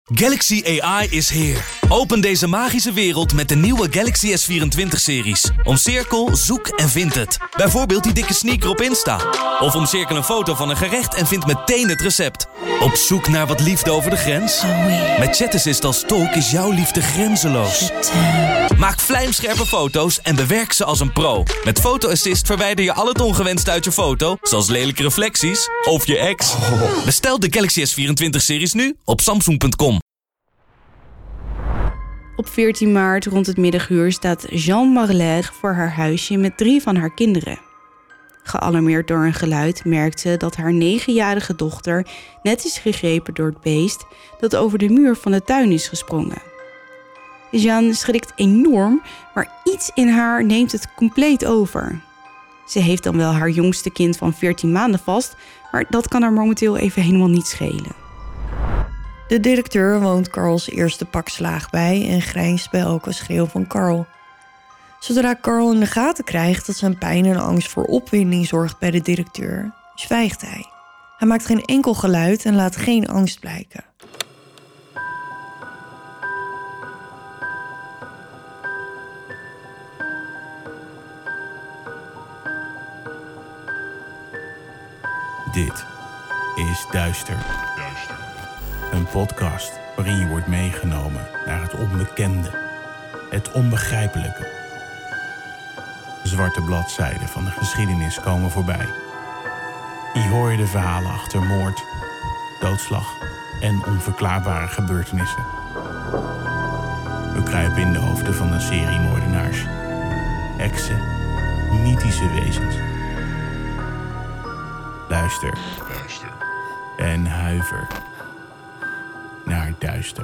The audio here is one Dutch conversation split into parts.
Galaxy AI is here. Open deze magische wereld met de nieuwe Galaxy S24-series. Omcirkel, zoek en vind het. Bijvoorbeeld die dikke sneaker op Insta. Of omcirkel een foto van een gerecht en vind meteen het recept. Op zoek naar wat liefde over de grens? Met Chat Assist als tolk is jouw liefde grenzeloos. Maak vlijmscherpe foto's en bewerk ze als een pro. Met Photo Assist verwijder je al het ongewenste uit je foto, zoals lelijke reflecties of je ex. Bestel de Galaxy S24-series nu op Samsung.com. Op 14 maart rond het middaguur staat Jean Marlet voor haar huisje met 3 van haar kinderen. Gealarmeerd door een geluid merkt ze dat haar 9-jarige dochter net is gegrepen door het beest dat over de muur van de tuin is gesprongen. Jeanne schrikt enorm, maar iets in haar neemt het compleet over. Ze heeft dan wel haar jongste kind van 14 maanden vast, maar dat kan haar momenteel even helemaal niet schelen. De directeur woont Carls eerste pak slaag bij en grijnst bij elke schreeuw van Carl. Zodra Carl in de gaten krijgt dat zijn pijn en angst voor opwinding zorgt bij de directeur, zwijgt hij. Hij maakt geen enkel geluid en laat geen angst blijken. Dit is Duister. Een podcast waarin je wordt meegenomen naar het onbekende, het onbegrijpelijke. Zwarte bladzijden van de geschiedenis komen voorbij. Hier hoor je de verhalen achter moord, doodslag en onverklaarbare gebeurtenissen. We kruipen in de hoofden van een serie moordenaars, heksen, mythische wezens. Luister. En huiver naar Duister.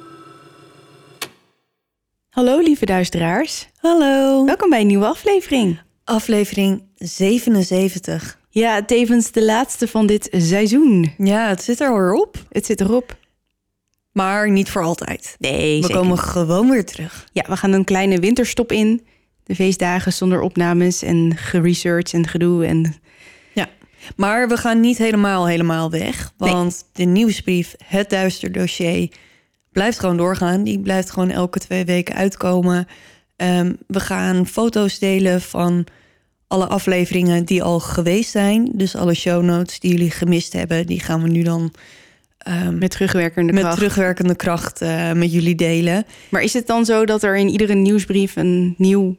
Hallo lieve duisteraars. Hallo. Welkom bij een nieuwe aflevering. Aflevering 77. Ja, tevens de laatste van dit seizoen. Ja, het zit er alweer op. Het zit erop. Maar niet voor altijd. Nee, We komen gewoon weer terug. Ja, we gaan een kleine winterstop in. De feestdagen zonder opnames en geresearch en gedoe. En... Ja, maar we gaan niet helemaal weg. Want de nieuwsbrief, het Duister dossier, blijft gewoon doorgaan. Die blijft gewoon elke 2 weken uitkomen. We gaan foto's delen van alle afleveringen die al geweest zijn. Dus alle show notes die jullie gemist hebben, die gaan we nu dan met terugwerkende kracht met jullie delen. Maar is het dan zo dat er in iedere nieuwsbrief een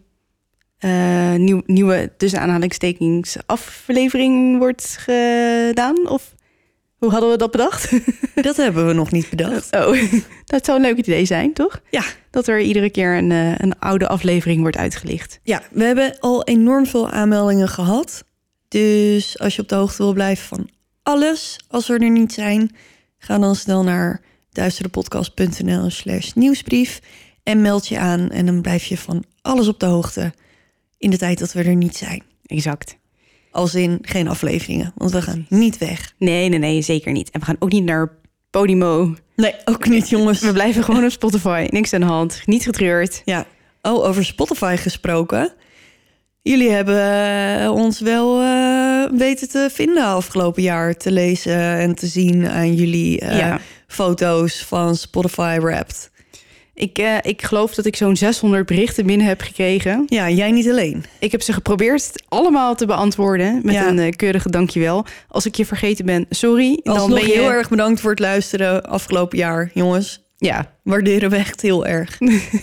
nieuwe tussen aanhalingstekens aflevering wordt gedaan? Of hoe hadden we dat bedacht? Dat hebben we nog niet bedacht. Oh, dat zou een leuk idee zijn, toch? Ja. Dat er iedere keer een oude aflevering wordt uitgelicht. Ja, we hebben al enorm veel aanmeldingen gehad. Dus als je op de hoogte wil blijven van alles, als we er niet zijn, ga dan snel naar duisterepodcast.nl/nieuwsbrief en meld je aan. En dan blijf je van alles op de hoogte in de tijd dat we er niet zijn. Exact. Als in geen afleveringen, want we gaan niet weg. Nee, zeker niet. En we gaan ook niet naar Podimo. Nee, ook niet, jongens. We blijven gewoon op Spotify. Niks aan de hand. Niet getreurd. Ja. Oh, over Spotify gesproken. Jullie hebben ons wel weten te vinden afgelopen jaar. Te lezen en te zien aan jullie foto's van Spotify Wrapped. Ik geloof dat ik zo'n 600 berichten binnen heb gekregen. Ja, jij niet alleen. Ik heb ze geprobeerd allemaal te beantwoorden met een keurige dankjewel. Als ik je vergeten ben, sorry. Dan ben je heel erg bedankt voor het luisteren afgelopen jaar, jongens. Ja. Waarderen we echt heel erg.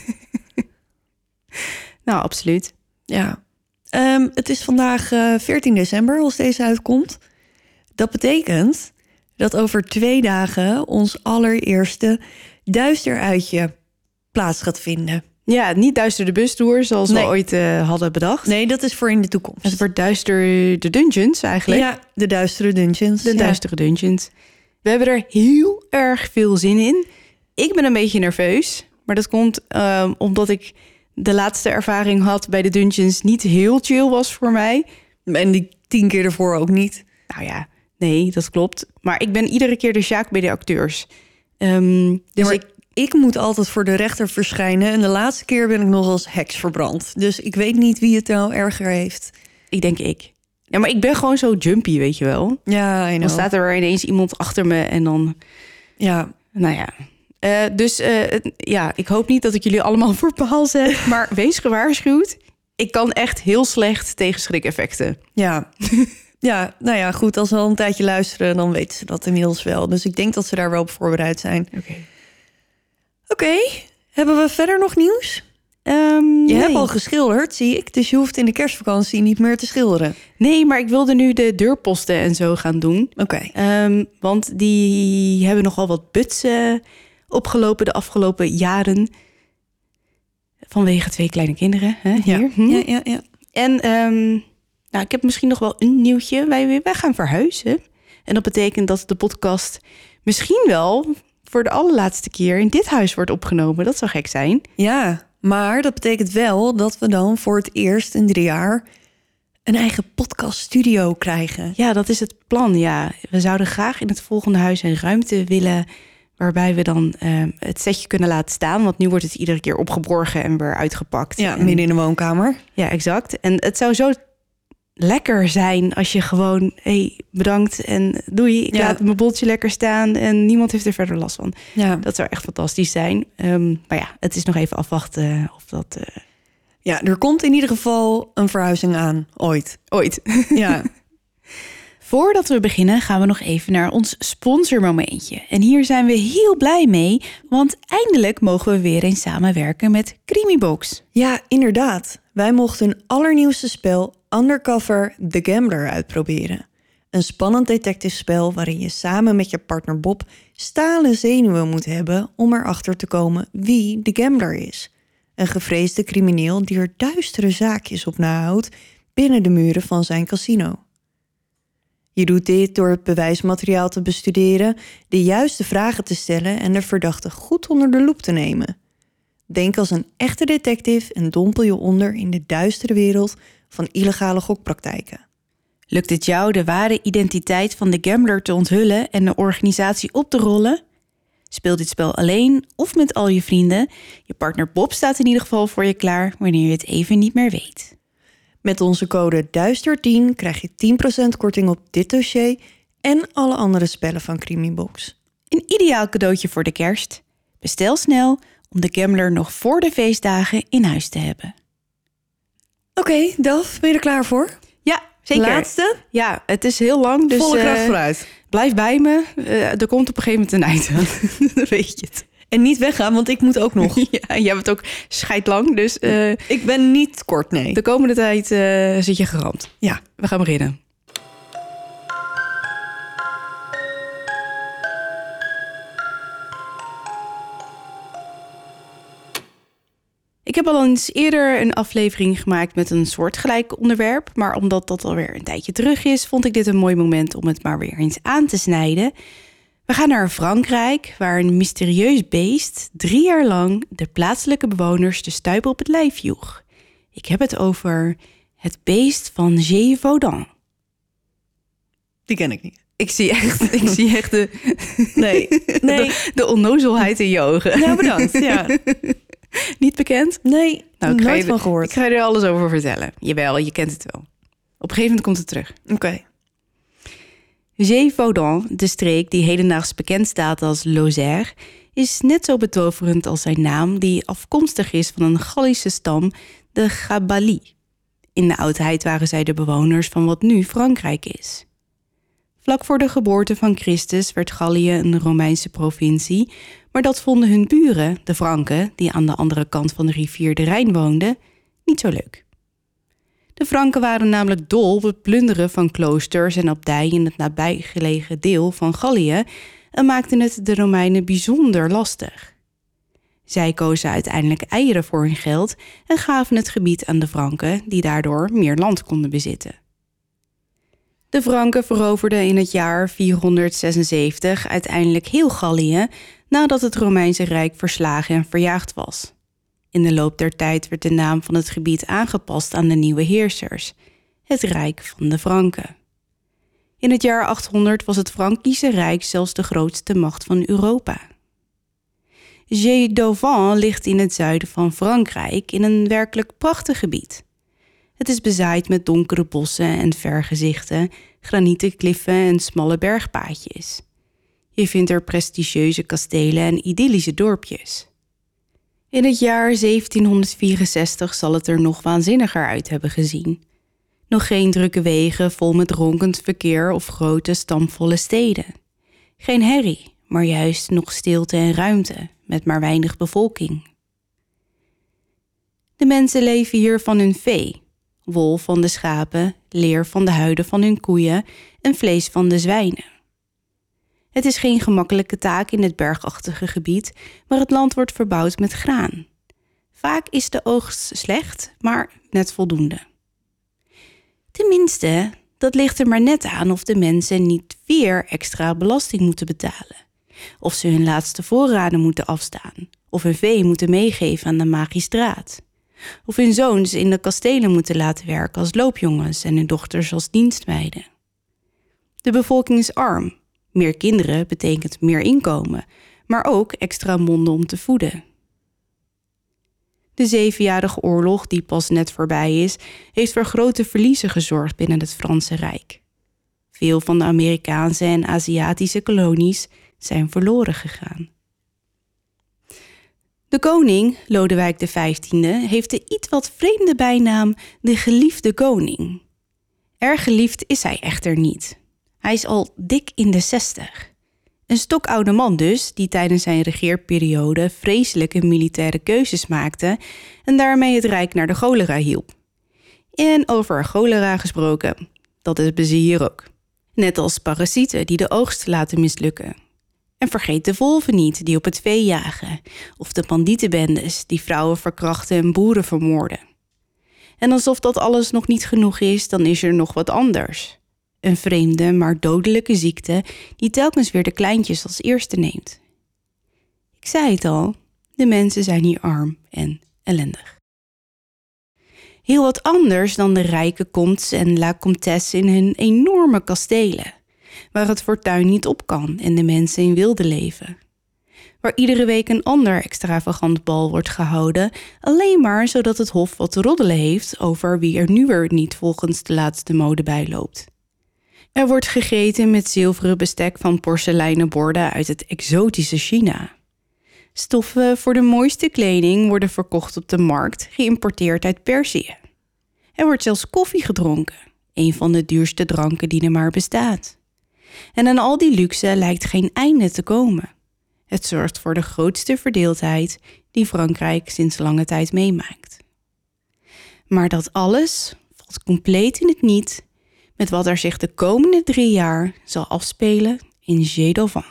Nou, absoluut. Ja. Het is vandaag 14 december als deze uitkomt. Dat betekent dat over 2 dagen ons allereerste duisteruitje plaats gaat vinden. Ja, niet Duister de Bustour zoals we ooit hadden bedacht. Nee, dat is voor in de toekomst. Het wordt Duister de Dungeons eigenlijk. Ja, de Duistere Dungeons. De Duistere Dungeons. We hebben er heel erg veel zin in. Ik ben een beetje nerveus. Maar dat komt omdat ik de laatste ervaring had bij de Dungeons niet heel chill was voor mij. En die 10 keer ervoor ook niet. Nou ja, nee, dat klopt. Maar ik ben iedere keer de Sjaak bij de acteurs. Dus ik moet altijd voor de rechter verschijnen. En de laatste keer ben ik nog als heks verbrand. Dus ik weet niet wie het nou erger heeft. Ik denk ik. Ja, maar ik ben gewoon zo jumpy, weet je wel. Ja, I know. Dan staat er ineens iemand achter me en dan... Ja. Nou ja, Ik hoop niet dat ik jullie allemaal voor paal zet. Maar wees gewaarschuwd. Ik kan echt heel slecht tegen schrik-effecten. Ja. Ja, nou ja, goed. Als ze al een tijdje luisteren, dan weten ze dat inmiddels wel. Dus ik denk dat ze daar wel op voorbereid zijn. Oké. Hebben we verder nog nieuws? Je hebt al geschilderd, zie ik. Dus je hoeft in de kerstvakantie niet meer te schilderen. Nee, maar ik wilde nu de deurposten en zo gaan doen. Oké. Want die hebben nogal wat butsen opgelopen de afgelopen jaren. Vanwege 2 kleine kinderen. Hè, hier. Ja. En ik heb misschien nog wel een nieuwtje. Wij gaan verhuizen. En dat betekent dat de podcast misschien wel voor de allerlaatste keer in dit huis wordt opgenomen. Dat zou gek zijn. Ja, maar dat betekent wel dat we dan voor het eerst in 3 jaar een eigen podcaststudio krijgen. Ja, dat is het plan, ja. We zouden graag in het volgende huis een ruimte willen waarbij we dan het setje kunnen laten staan. Want nu wordt het iedere keer opgeborgen en weer uitgepakt. Ja, midden in de woonkamer. Ja, exact. En het zou zo lekker zijn als je gewoon, bedankt en doei. Ik laat mijn boeltje lekker staan en niemand heeft er verder last van. Ja. Dat zou echt fantastisch zijn. Maar ja, het is nog even afwachten of dat... Ja, er komt in ieder geval een verhuizing aan. Ooit. Ja. Voordat we beginnen gaan we nog even naar ons sponsormomentje. En hier zijn we heel blij mee, want eindelijk mogen we weer eens samenwerken met Creamybox. Ja, inderdaad. Wij mochten hun allernieuwste spel Undercover The Gambler uitproberen. Een spannend detectivespel waarin je samen met je partner Bob stalen zenuwen moet hebben om erachter te komen wie de gambler is. Een gevreesde crimineel die er duistere zaakjes op nahoudt binnen de muren van zijn casino. Je doet dit door het bewijsmateriaal te bestuderen, de juiste vragen te stellen en de verdachte goed onder de loep te nemen. Denk als een echte detective en dompel je onder in de duistere wereld van illegale gokpraktijken. Lukt het jou de ware identiteit van de gambler te onthullen en de organisatie op te rollen? Speel dit spel alleen of met al je vrienden. Je partner Bob staat in ieder geval voor je klaar wanneer je het even niet meer weet. Met onze code DUISTER10 krijg je 10% korting op dit dossier en alle andere spellen van Creamybox. Een ideaal cadeautje voor de kerst. Bestel snel om de gambler nog voor de feestdagen in huis te hebben. Oké, Daf, ben je er klaar voor? Ja, zeker. Laatste? Ja, het is heel lang, dus volle kracht vooruit. Blijf bij me. Er komt op een gegeven moment een eind aan. Dan weet je het. En niet weggaan, want ik moet ook nog. Ja, jij bent ook scheidlang, dus... ik ben niet kort, nee. De komende tijd zit je geramd. Ja. We gaan beginnen. Ik heb al eens eerder een aflevering gemaakt met een soortgelijk onderwerp. Maar omdat dat alweer een tijdje terug is, vond ik dit een mooi moment om het maar weer eens aan te snijden. We gaan naar Frankrijk, waar een mysterieus beest 3 jaar lang de plaatselijke bewoners de stuipen op het lijf joeg. Ik heb het over het beest van Gévaudan. Die ken ik niet. Ik zie echt de, nee. de onnozelheid in je ogen. Nou, bedankt. Ja. Niet bekend? Nee, nooit van gehoord. Ik ga je er alles over vertellen. Jawel, je kent het wel. Op een gegeven moment komt het terug. Oké. Gévaudan, de streek die hedendaags bekend staat als Lozère, is net zo betoverend als zijn naam, die afkomstig is van een Gallische stam, de Gabali. In de oudheid waren zij de bewoners van wat nu Frankrijk is. Vlak voor de geboorte van Christus werd Gallië een Romeinse provincie, maar dat vonden hun buren, de Franken, die aan de andere kant van de rivier de Rijn woonden, niet zo leuk. De Franken waren namelijk dol op het plunderen van kloosters en abdijen in het nabijgelegen deel van Gallië en maakten het de Romeinen bijzonder lastig. Zij kozen uiteindelijk eieren voor hun geld en gaven het gebied aan de Franken, die daardoor meer land konden bezitten. De Franken veroverden in het jaar 476 uiteindelijk heel Gallië nadat het Romeinse Rijk verslagen en verjaagd was. In de loop der tijd werd de naam van het gebied aangepast aan de nieuwe heersers, het Rijk van de Franken. In het jaar 800 was het Frankische Rijk zelfs de grootste macht van Europa. Gévaudan ligt in het zuiden van Frankrijk in een werkelijk prachtig gebied. Het is bezaaid met donkere bossen en vergezichten, granieten kliffen en smalle bergpaadjes. Je vindt er prestigieuze kastelen en idyllische dorpjes. In het jaar 1764 zal het er nog waanzinniger uit hebben gezien. Nog geen drukke wegen vol met ronkend verkeer of grote, stampvolle steden. Geen herrie, maar juist nog stilte en ruimte, met maar weinig bevolking. De mensen leven hier van hun vee, wol van de schapen, leer van de huiden van hun koeien en vlees van de zwijnen. Het is geen gemakkelijke taak in het bergachtige gebied, maar het land wordt verbouwd met graan. Vaak is de oogst slecht, maar net voldoende. Tenminste, dat ligt er maar net aan of de mensen niet weer extra belasting moeten betalen. Of ze hun laatste voorraden moeten afstaan. Of hun vee moeten meegeven aan de magistraat. Of hun zoons in de kastelen moeten laten werken als loopjongens en hun dochters als dienstmeiden. De bevolking is arm. Meer kinderen betekent meer inkomen, maar ook extra monden om te voeden. De 7-jarige oorlog, die pas net voorbij is, heeft voor grote verliezen gezorgd binnen het Franse Rijk. Veel van de Amerikaanse en Aziatische kolonies zijn verloren gegaan. De koning, Lodewijk XV, heeft de iets wat vreemde bijnaam de geliefde koning. Erg geliefd is hij echter niet. Hij is al dik in de 60. Een stokoude man dus, die tijdens zijn regeerperiode vreselijke militaire keuzes maakte en daarmee het Rijk naar de cholera hielp. En over cholera gesproken, dat hebben ze hier ook. Net als parasieten die de oogst laten mislukken. En vergeet de wolven niet die op het vee jagen, of de bandietenbendes die vrouwen verkrachten en boeren vermoorden. En alsof dat alles nog niet genoeg is, dan is er nog wat anders. Een vreemde, maar dodelijke ziekte die telkens weer de kleintjes als eerste neemt. Ik zei het al, de mensen zijn hier arm en ellendig. Heel wat anders dan de rijke comtes en la comtesse in hun enorme kastelen, waar het fortuin niet op kan en de mensen in wilde leven. Waar iedere week een ander extravagant bal wordt gehouden, alleen maar zodat het hof wat te roddelen heeft over wie er nu weer niet volgens de laatste mode bijloopt. Er wordt gegeten met zilveren bestek van porseleinen borden uit het exotische China. Stoffen voor de mooiste kleding worden verkocht op de markt, geïmporteerd uit Perzië. Er wordt zelfs koffie gedronken, een van de duurste dranken die er maar bestaat. En aan al die luxe lijkt geen einde te komen. Het zorgt voor de grootste verdeeldheid die Frankrijk sinds lange tijd meemaakt. Maar dat alles valt compleet in het niet met wat er zich de komende 3 jaar zal afspelen in Gédolvent.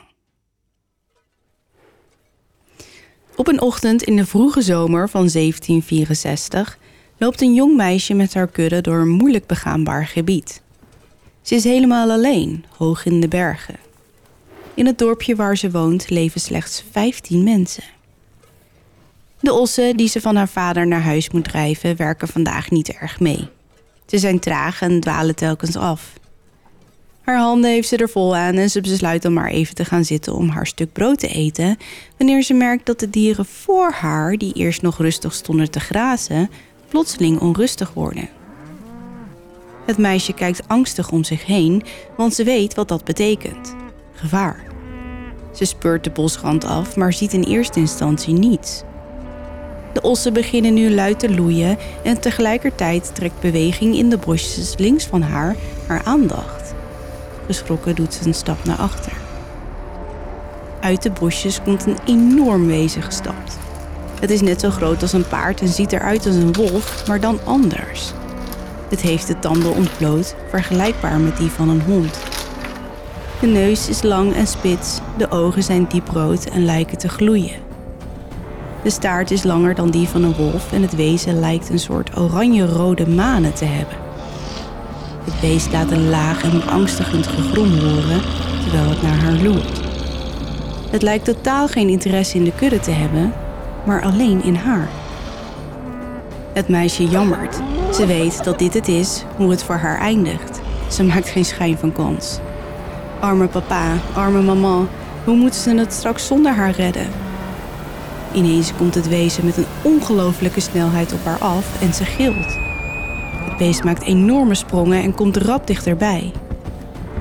Op een ochtend in de vroege zomer van 1764 loopt een jong meisje met haar kudde door een moeilijk begaanbaar gebied. Ze is helemaal alleen, hoog in de bergen. In het dorpje waar ze woont leven slechts 15 mensen. De ossen die ze van haar vader naar huis moet drijven werken vandaag niet erg mee. Ze zijn traag en dwalen telkens af. Haar handen heeft ze er vol aan en ze besluit dan maar even te gaan zitten om haar stuk brood te eten, wanneer ze merkt dat de dieren voor haar, die eerst nog rustig stonden te grazen, plotseling onrustig worden. Het meisje kijkt angstig om zich heen, want ze weet wat dat betekent. Gevaar. Ze speurt de bosrand af, maar ziet in eerste instantie niets. De ossen beginnen nu luid te loeien en tegelijkertijd trekt beweging in de bosjes links van haar aandacht. Geschrokken doet ze een stap naar achter. Uit de bosjes komt een enorm wezen gestapt. Het is net zo groot als een paard en ziet eruit als een wolf, maar dan anders. Het heeft de tanden ontbloot, vergelijkbaar met die van een hond. De neus is lang en spits, de ogen zijn dieprood en lijken te gloeien. De staart is langer dan die van een wolf en het wezen lijkt een soort oranje-rode manen te hebben. Het beest laat een laag en beangstigend gegrom horen, terwijl het naar haar loert. Het lijkt totaal geen interesse in de kudde te hebben, maar alleen in haar. Het meisje jammert. Ze weet dat dit het is, hoe het voor haar eindigt. Ze maakt geen schijn van kans. Arme papa, arme mama, hoe moeten ze het straks zonder haar redden? Ineens komt het wezen met een ongelooflijke snelheid op haar af en ze gilt. Het beest maakt enorme sprongen en komt rap dichterbij.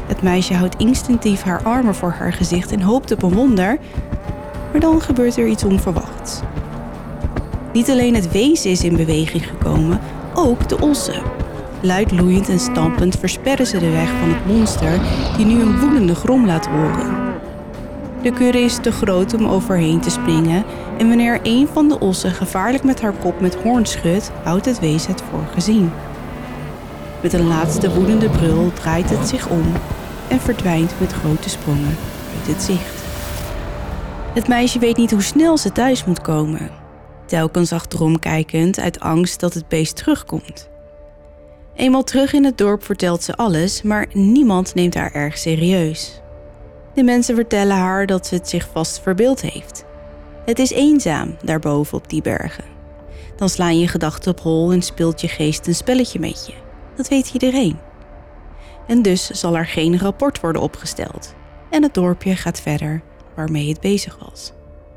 Het meisje houdt instinctief haar armen voor haar gezicht en hoopt op een wonder, maar dan gebeurt er iets onverwachts. Niet alleen het wezen is in beweging gekomen, ook de ossen. Luid loeiend en stampend versperren ze de weg van het monster die nu een woedende grom laat horen. De kudde is te groot om overheen te springen en wanneer een van de ossen gevaarlijk met haar kop met hoorn schudt, houdt het wezen het voor gezien. Met een laatste woedende brul draait het zich om en verdwijnt met grote sprongen uit het zicht. Het meisje weet niet hoe snel ze thuis moet komen. Telkens achterom kijkend uit angst dat het beest terugkomt. Eenmaal terug in het dorp vertelt ze alles, maar niemand neemt haar erg serieus. De mensen vertellen haar dat ze het zich vast verbeeld heeft. Het is eenzaam daarboven op die bergen. Dan slaan je gedachten op hol en speelt je geest een spelletje met je. Dat weet iedereen. En dus zal er geen rapport worden opgesteld. En het dorpje gaat verder waarmee het bezig was.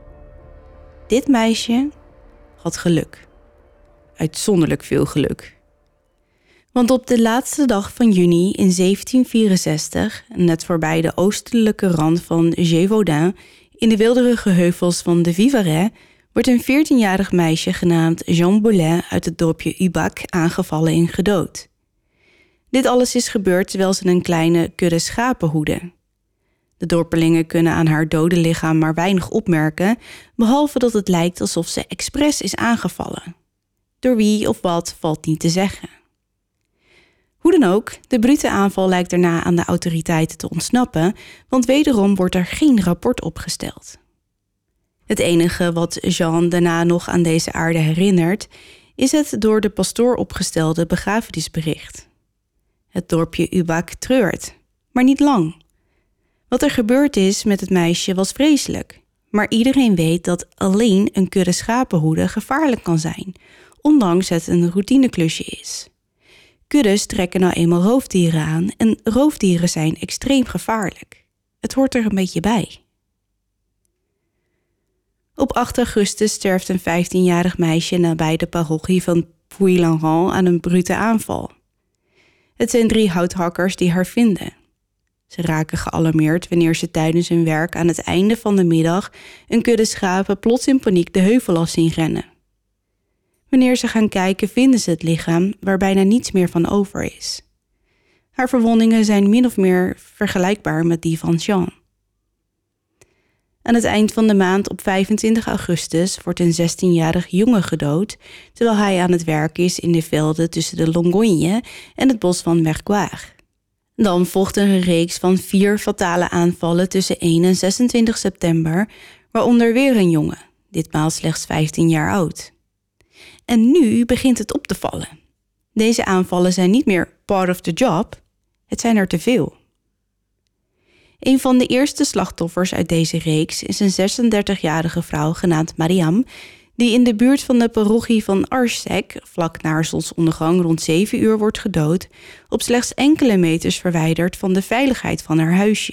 Dit meisje had geluk. Uitzonderlijk veel geluk. Want op de laatste dag van juni in 1764, net voorbij de oostelijke rand van Gévaudan, in de wilderige heuvels van de Vivarais, wordt een 14-jarig meisje genaamd Jeanne Boulin uit het dorpje Ubac aangevallen en gedood. Dit alles is gebeurd terwijl ze een kleine kudde schapen hoedde. De dorpelingen kunnen aan haar dode lichaam maar weinig opmerken, behalve dat het lijkt alsof ze expres is aangevallen. Door wie of wat valt niet te zeggen. Hoe dan ook, de brute aanval lijkt daarna aan de autoriteiten te ontsnappen, want wederom wordt er geen rapport opgesteld. Het enige wat Jeanne daarna nog aan deze aarde herinnert, is het door de pastoor opgestelde begrafenisbericht. Het dorpje Ubac treurt, maar niet lang. Wat er gebeurd is met het meisje was vreselijk, maar iedereen weet dat alleen een kudde schapenhoeden gevaarlijk kan zijn, ondanks het een routineklusje is. Kuddes trekken nou eenmaal roofdieren aan en roofdieren zijn extreem gevaarlijk. Het hoort er een beetje bij. Op 8 augustus sterft een 15-jarig meisje nabij de parochie van Puylaurens aan een brute aanval. Het zijn 3 houthakkers die haar vinden. Ze raken gealarmeerd wanneer ze tijdens hun werk aan het einde van de middag een kudde schapen plots in paniek de heuvel af zien rennen. Wanneer ze gaan kijken vinden ze het lichaam waar bijna niets meer van over is. Haar verwondingen zijn min of meer vergelijkbaar met die van Jeanne. Aan het eind van de maand op 25 augustus wordt een 16-jarig jongen gedood, terwijl hij aan het werk is in de velden tussen de Longogne en het bos van Vercoire. Dan volgt een reeks van 4 fatale aanvallen tussen 1 en 26 september, waaronder weer een jongen, ditmaal slechts 15 jaar oud. En nu begint het op te vallen. Deze aanvallen zijn niet meer part of the job, het zijn er te veel. Een van de eerste slachtoffers uit deze reeks is een 36-jarige vrouw genaamd Mariam, die in de buurt van de parochie van Arcec, vlak na zonsondergang rond 7 uur wordt gedood, op slechts enkele meters verwijderd van de veiligheid van haar huisje.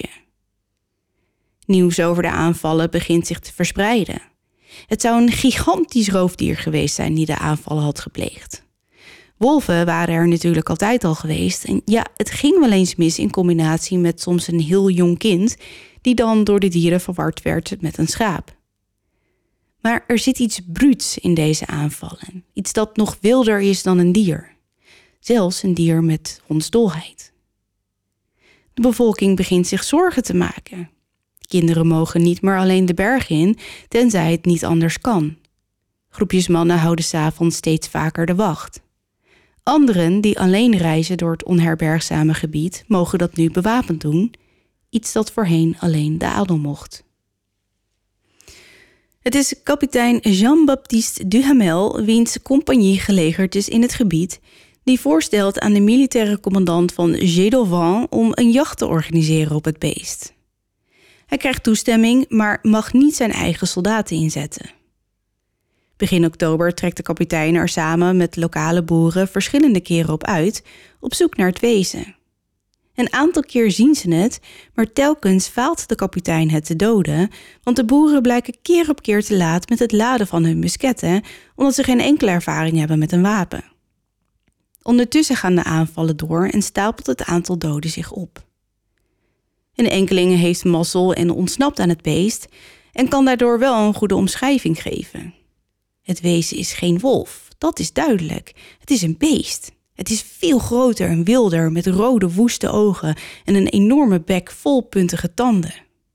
Nieuws over de aanvallen begint zich te verspreiden. Het zou een gigantisch roofdier geweest zijn die de aanvallen had gepleegd. Wolven waren er natuurlijk altijd al geweest. En ja, het ging wel eens mis in combinatie met soms een heel jong kind, die dan door de dieren verward werd met een schaap. Maar er zit iets bruuts in deze aanvallen. Iets dat nog wilder is dan een dier. Zelfs een dier met hondsdolheid. De bevolking begint zich zorgen te maken. Kinderen mogen niet meer alleen de berg in, tenzij het niet anders kan. Groepjes mannen houden 's avonds steeds vaker de wacht. Anderen die alleen reizen door het onherbergzame gebied, mogen dat nu bewapend doen. Iets dat voorheen alleen de adel mocht. Het is kapitein Jean-Baptiste Duhamel, wiens compagnie gelegerd is in het gebied, die voorstelt aan de militaire commandant van Gédolvan om een jacht te organiseren op het beest. Hij krijgt toestemming, maar mag niet zijn eigen soldaten inzetten. Begin oktober trekt de kapitein er samen met lokale boeren verschillende keren op uit, op zoek naar het wezen. Een aantal keer zien ze het, maar telkens faalt de kapitein het te doden, want de boeren blijken keer op keer te laat met het laden van hun musketten, omdat ze geen enkele ervaring hebben met een wapen. Ondertussen gaan de aanvallen door en stapelt het aantal doden zich op. Een enkeling heeft mazzel en ontsnapt aan het beest en kan daardoor wel een goede omschrijving geven. Het wezen is geen wolf, dat is duidelijk. Het is een beest. Het is veel groter en wilder met rode woeste ogen en een enorme bek vol puntige tanden.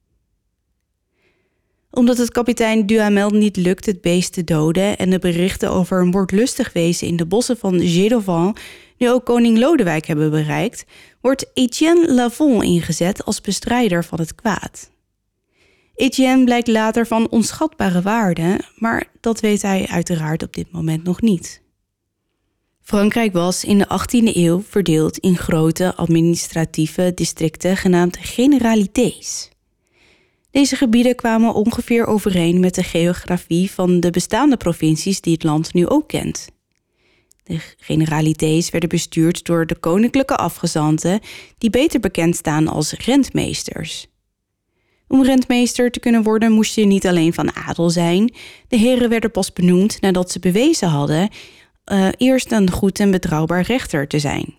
Omdat het kapitein Duhamel niet lukt het beest te doden en de berichten over een moordlustig wezen in de bossen van Gédovant nu ook koning Lodewijk hebben bereikt, wordt Etienne Lavon ingezet als bestrijder van het kwaad. Etienne blijkt later van onschatbare waarde, maar dat weet hij uiteraard op dit moment nog niet. Frankrijk was in de 18e eeuw verdeeld in grote administratieve districten genaamd generalités. Deze gebieden kwamen ongeveer overeen met de geografie van de bestaande provincies die het land nu ook kent. De generalités werden bestuurd door de koninklijke afgezanten, die beter bekend staan als rentmeesters. Om rentmeester te kunnen worden moest je niet alleen van adel zijn. De heren werden pas benoemd nadat ze bewezen hadden eerst een goed en betrouwbaar rechter te zijn.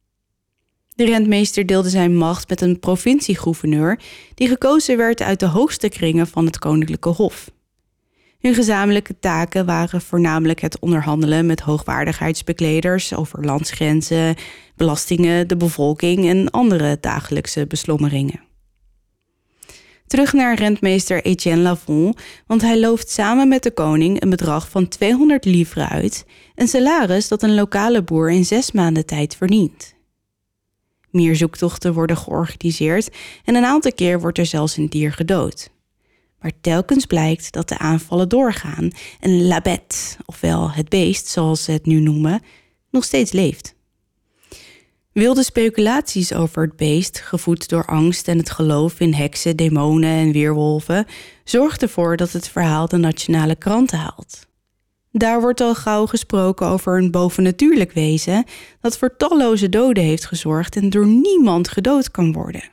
De rentmeester deelde zijn macht met een provinciegouverneur die gekozen werd uit de hoogste kringen van het koninklijke hof. Hun gezamenlijke taken waren voornamelijk het onderhandelen met hoogwaardigheidsbekleders over landsgrenzen, belastingen, de bevolking en andere dagelijkse beslommeringen. Terug naar rentmeester Etienne Lavon, want hij looft samen met de koning een bedrag van 200 livres uit, een salaris dat een lokale boer in 6 maanden tijd verdient. Meer zoektochten worden georganiseerd en een aantal keer wordt er zelfs een dier gedood. Maar telkens blijkt dat de aanvallen doorgaan en la bête, ofwel het beest zoals ze het nu noemen, nog steeds leeft. Wilde speculaties over het beest, gevoed door angst en het geloof in heksen, demonen en weerwolven, zorgt ervoor dat het verhaal de nationale kranten haalt. Daar wordt al gauw gesproken over een bovennatuurlijk wezen dat voor talloze doden heeft gezorgd en door niemand gedood kan worden.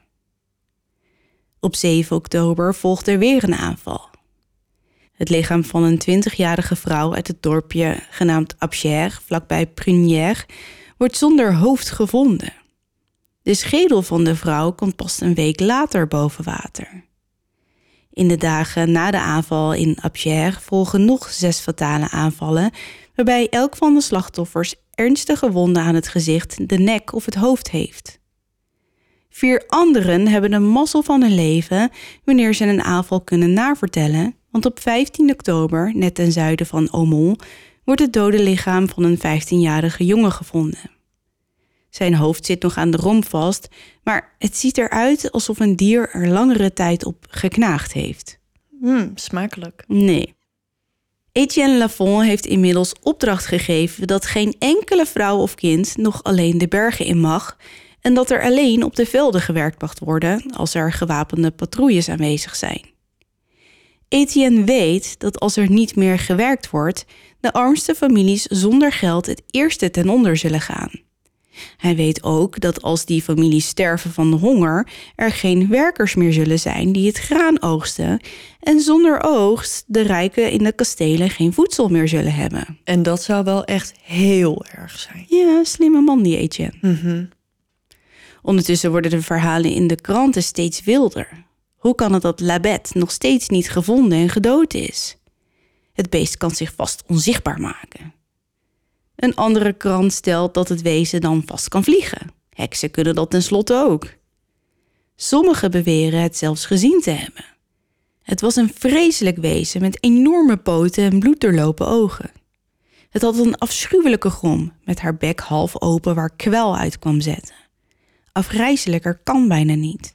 Op 7 oktober volgt er weer een aanval. Het lichaam van een 20-jarige vrouw uit het dorpje genaamd Abchère, vlakbij Prunières, wordt zonder hoofd gevonden. De schedel van de vrouw komt pas een week later boven water. In de dagen na de aanval in Abchère volgen nog 6 fatale aanvallen, waarbij elk van de slachtoffers ernstige wonden aan het gezicht, de nek of het hoofd heeft. 4 anderen hebben de mazzel van hun leven wanneer ze een aanval kunnen navertellen, want op 15 oktober, net ten zuiden van Aumont, wordt het dode lichaam van een 15-jarige jongen gevonden. Zijn hoofd zit nog aan de romp vast, maar het ziet eruit alsof een dier er langere tijd op geknaagd heeft. Smakelijk. Nee. Etienne Lavon heeft inmiddels opdracht gegeven dat geen enkele vrouw of kind nog alleen de bergen in mag en dat er alleen op de velden gewerkt mag worden als er gewapende patrouilles aanwezig zijn. Etienne weet dat als er niet meer gewerkt wordt, de armste families zonder geld het eerste ten onder zullen gaan. Hij weet ook dat als die families sterven van de honger, er geen werkers meer zullen zijn die het graan oogsten en zonder oogst de rijken in de kastelen geen voedsel meer zullen hebben. En dat zou wel echt heel erg zijn. Ja, slimme man die Etienne. Mm-hmm. Ondertussen worden de verhalen in de kranten steeds wilder. Hoe kan het dat la bête nog steeds niet gevonden en gedood is? Het beest kan zich vast onzichtbaar maken. Een andere krant stelt dat het wezen dan vast kan vliegen. Heksen kunnen dat tenslotte ook. Sommigen beweren het zelfs gezien te hebben. Het was een vreselijk wezen met enorme poten en bloeddoorlopen ogen. Het had een afschuwelijke grom met haar bek half open waar kwel uit kwam zetten. Afgrijselijker kan bijna niet.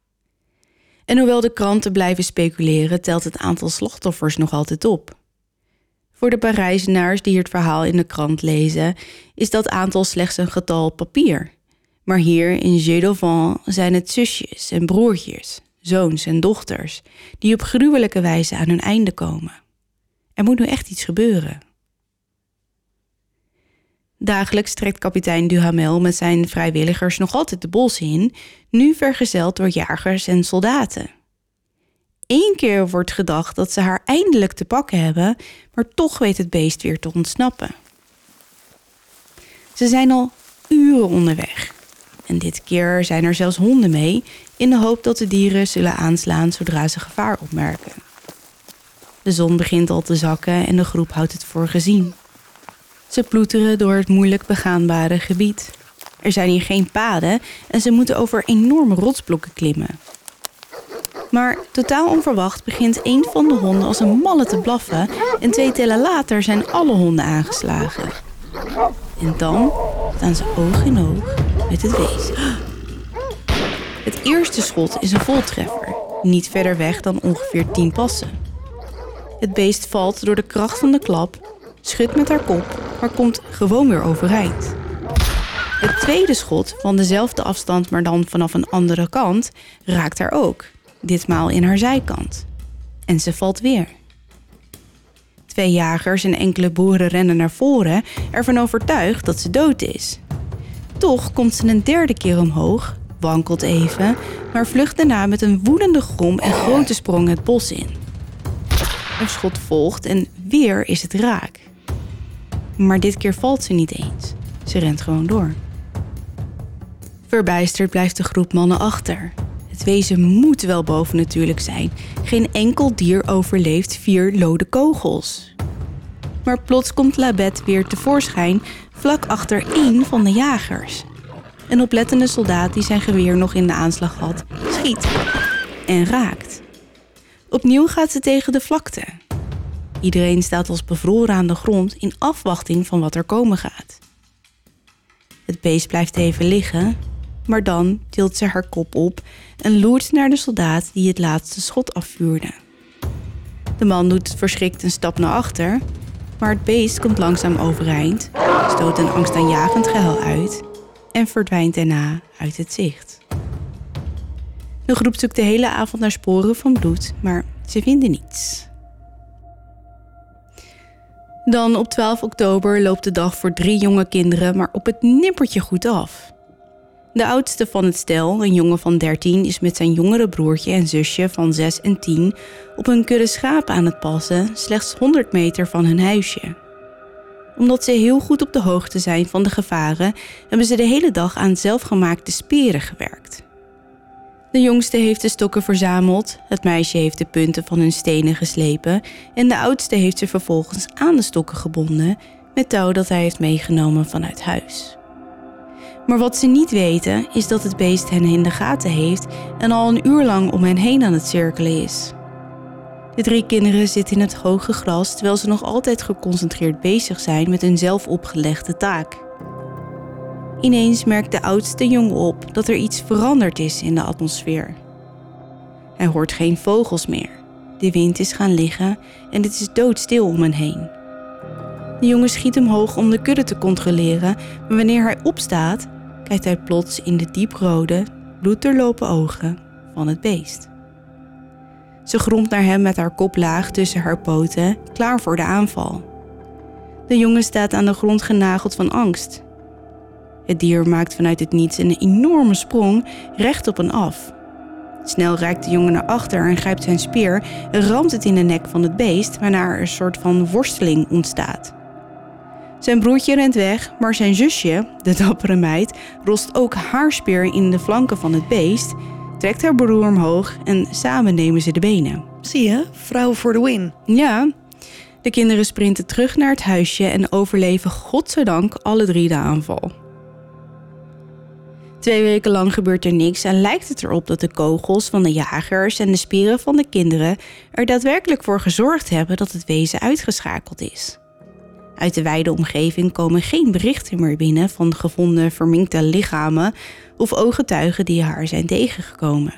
En hoewel de kranten blijven speculeren, telt het aantal slachtoffers nog altijd op. Voor de Parijzenaars die het verhaal in de krant lezen, is dat aantal slechts een getal op papier. Maar hier in Gédovant zijn het zusjes en broertjes, zoons en dochters, die op gruwelijke wijze aan hun einde komen. Er moet nu echt iets gebeuren. Dagelijks trekt kapitein Duhamel met zijn vrijwilligers nog altijd de bossen in, nu vergezeld door jagers en soldaten. 1 keer wordt gedacht dat ze haar eindelijk te pakken hebben, maar toch weet het beest weer te ontsnappen. Ze zijn al uren onderweg. En dit keer zijn er zelfs honden mee, in de hoop dat de dieren zullen aanslaan zodra ze gevaar opmerken. De zon begint al te zakken en de groep houdt het voor gezien. Ze ploeteren door het moeilijk begaanbare gebied. Er zijn hier geen paden en ze moeten over enorme rotsblokken klimmen. Maar totaal onverwacht begint een van de honden als een malle te blaffen en 2 tellen later zijn alle honden aangeslagen. En dan staan ze oog in oog met het beest. Het eerste schot is een voltreffer, niet verder weg dan ongeveer 10 passen. Het beest valt door de kracht van de klap, schudt met haar kop, maar komt gewoon weer overeind. Het tweede schot, van dezelfde afstand maar dan vanaf een andere kant, raakt haar ook. Ditmaal in haar zijkant. En ze valt weer. 2 jagers en enkele boeren rennen naar voren, ervan overtuigd dat ze dood is. Toch komt ze een 3e keer omhoog, wankelt even, maar vlucht daarna met een woedende grom en grote sprong het bos in. Een schot volgt en weer is het raak. Maar dit keer valt ze niet eens. Ze rent gewoon door. Verbijsterd blijft de groep mannen achter. Het wezen moet wel bovennatuurlijk zijn. Geen enkel dier overleeft 4 lode kogels. Maar plots komt Labette weer tevoorschijn vlak achter 1 van de jagers. Een oplettende soldaat die zijn geweer nog in de aanslag had, schiet en raakt. Opnieuw gaat ze tegen de vlakte. Iedereen staat als bevroren aan de grond in afwachting van wat er komen gaat. Het beest blijft even liggen, maar dan tilt ze haar kop op en loert naar de soldaat die het laatste schot afvuurde. De man doet verschrikt een stap naar achter, maar het beest komt langzaam overeind, stoot een angstaanjagend gehuil uit en verdwijnt daarna uit het zicht. De groep zoekt de hele avond naar sporen van bloed, maar ze vinden niets. Dan op 12 oktober loopt de dag voor 3 jonge kinderen maar op het nippertje goed af. De oudste van het stel, een jongen van 13, is met zijn jongere broertje en zusje van 6 en 10 op een kudde schapen aan het passen, slechts 100 meter van hun huisje. Omdat ze heel goed op de hoogte zijn van de gevaren, hebben ze de hele dag aan zelfgemaakte speren gewerkt. De jongste heeft de stokken verzameld, het meisje heeft de punten van hun stenen geslepen en de oudste heeft ze vervolgens aan de stokken gebonden met touw dat hij heeft meegenomen vanuit huis. Maar wat ze niet weten is dat het beest hen in de gaten heeft en al een uur lang om hen heen aan het cirkelen is. De 3 kinderen zitten in het hoge gras terwijl ze nog altijd geconcentreerd bezig zijn met hun zelf opgelegde taak. Ineens merkt de oudste jongen op dat er iets veranderd is in de atmosfeer. Hij hoort geen vogels meer. De wind is gaan liggen en het is doodstil om hen heen. De jongen schiet omhoog om de kudde te controleren, maar wanneer hij opstaat, kijkt hij plots in de dieprode, bloeddoorlopen ogen van het beest. Ze gromt naar hem met haar kop laag tussen haar poten, klaar voor de aanval. De jongen staat aan de grond genageld van angst. Het dier maakt vanuit het niets een enorme sprong recht op hen af. Snel reikt de jongen naar achter en grijpt zijn speer en ramt het in de nek van het beest, waarna er een soort van worsteling ontstaat. Zijn broertje rent weg, maar zijn zusje, de dappere meid, rost ook haar speer in de flanken van het beest, trekt haar broer omhoog en samen nemen ze de benen. Zie je, vrouw voor de win. Ja, de kinderen sprinten terug naar het huisje en overleven godzijdank alle 3 de aanval. 2 weken lang gebeurt er niks en lijkt het erop dat de kogels van de jagers en de spieren van de kinderen er daadwerkelijk voor gezorgd hebben dat het wezen uitgeschakeld is. Uit de wijde omgeving komen geen berichten meer binnen van gevonden verminkte lichamen of ooggetuigen die haar zijn tegengekomen.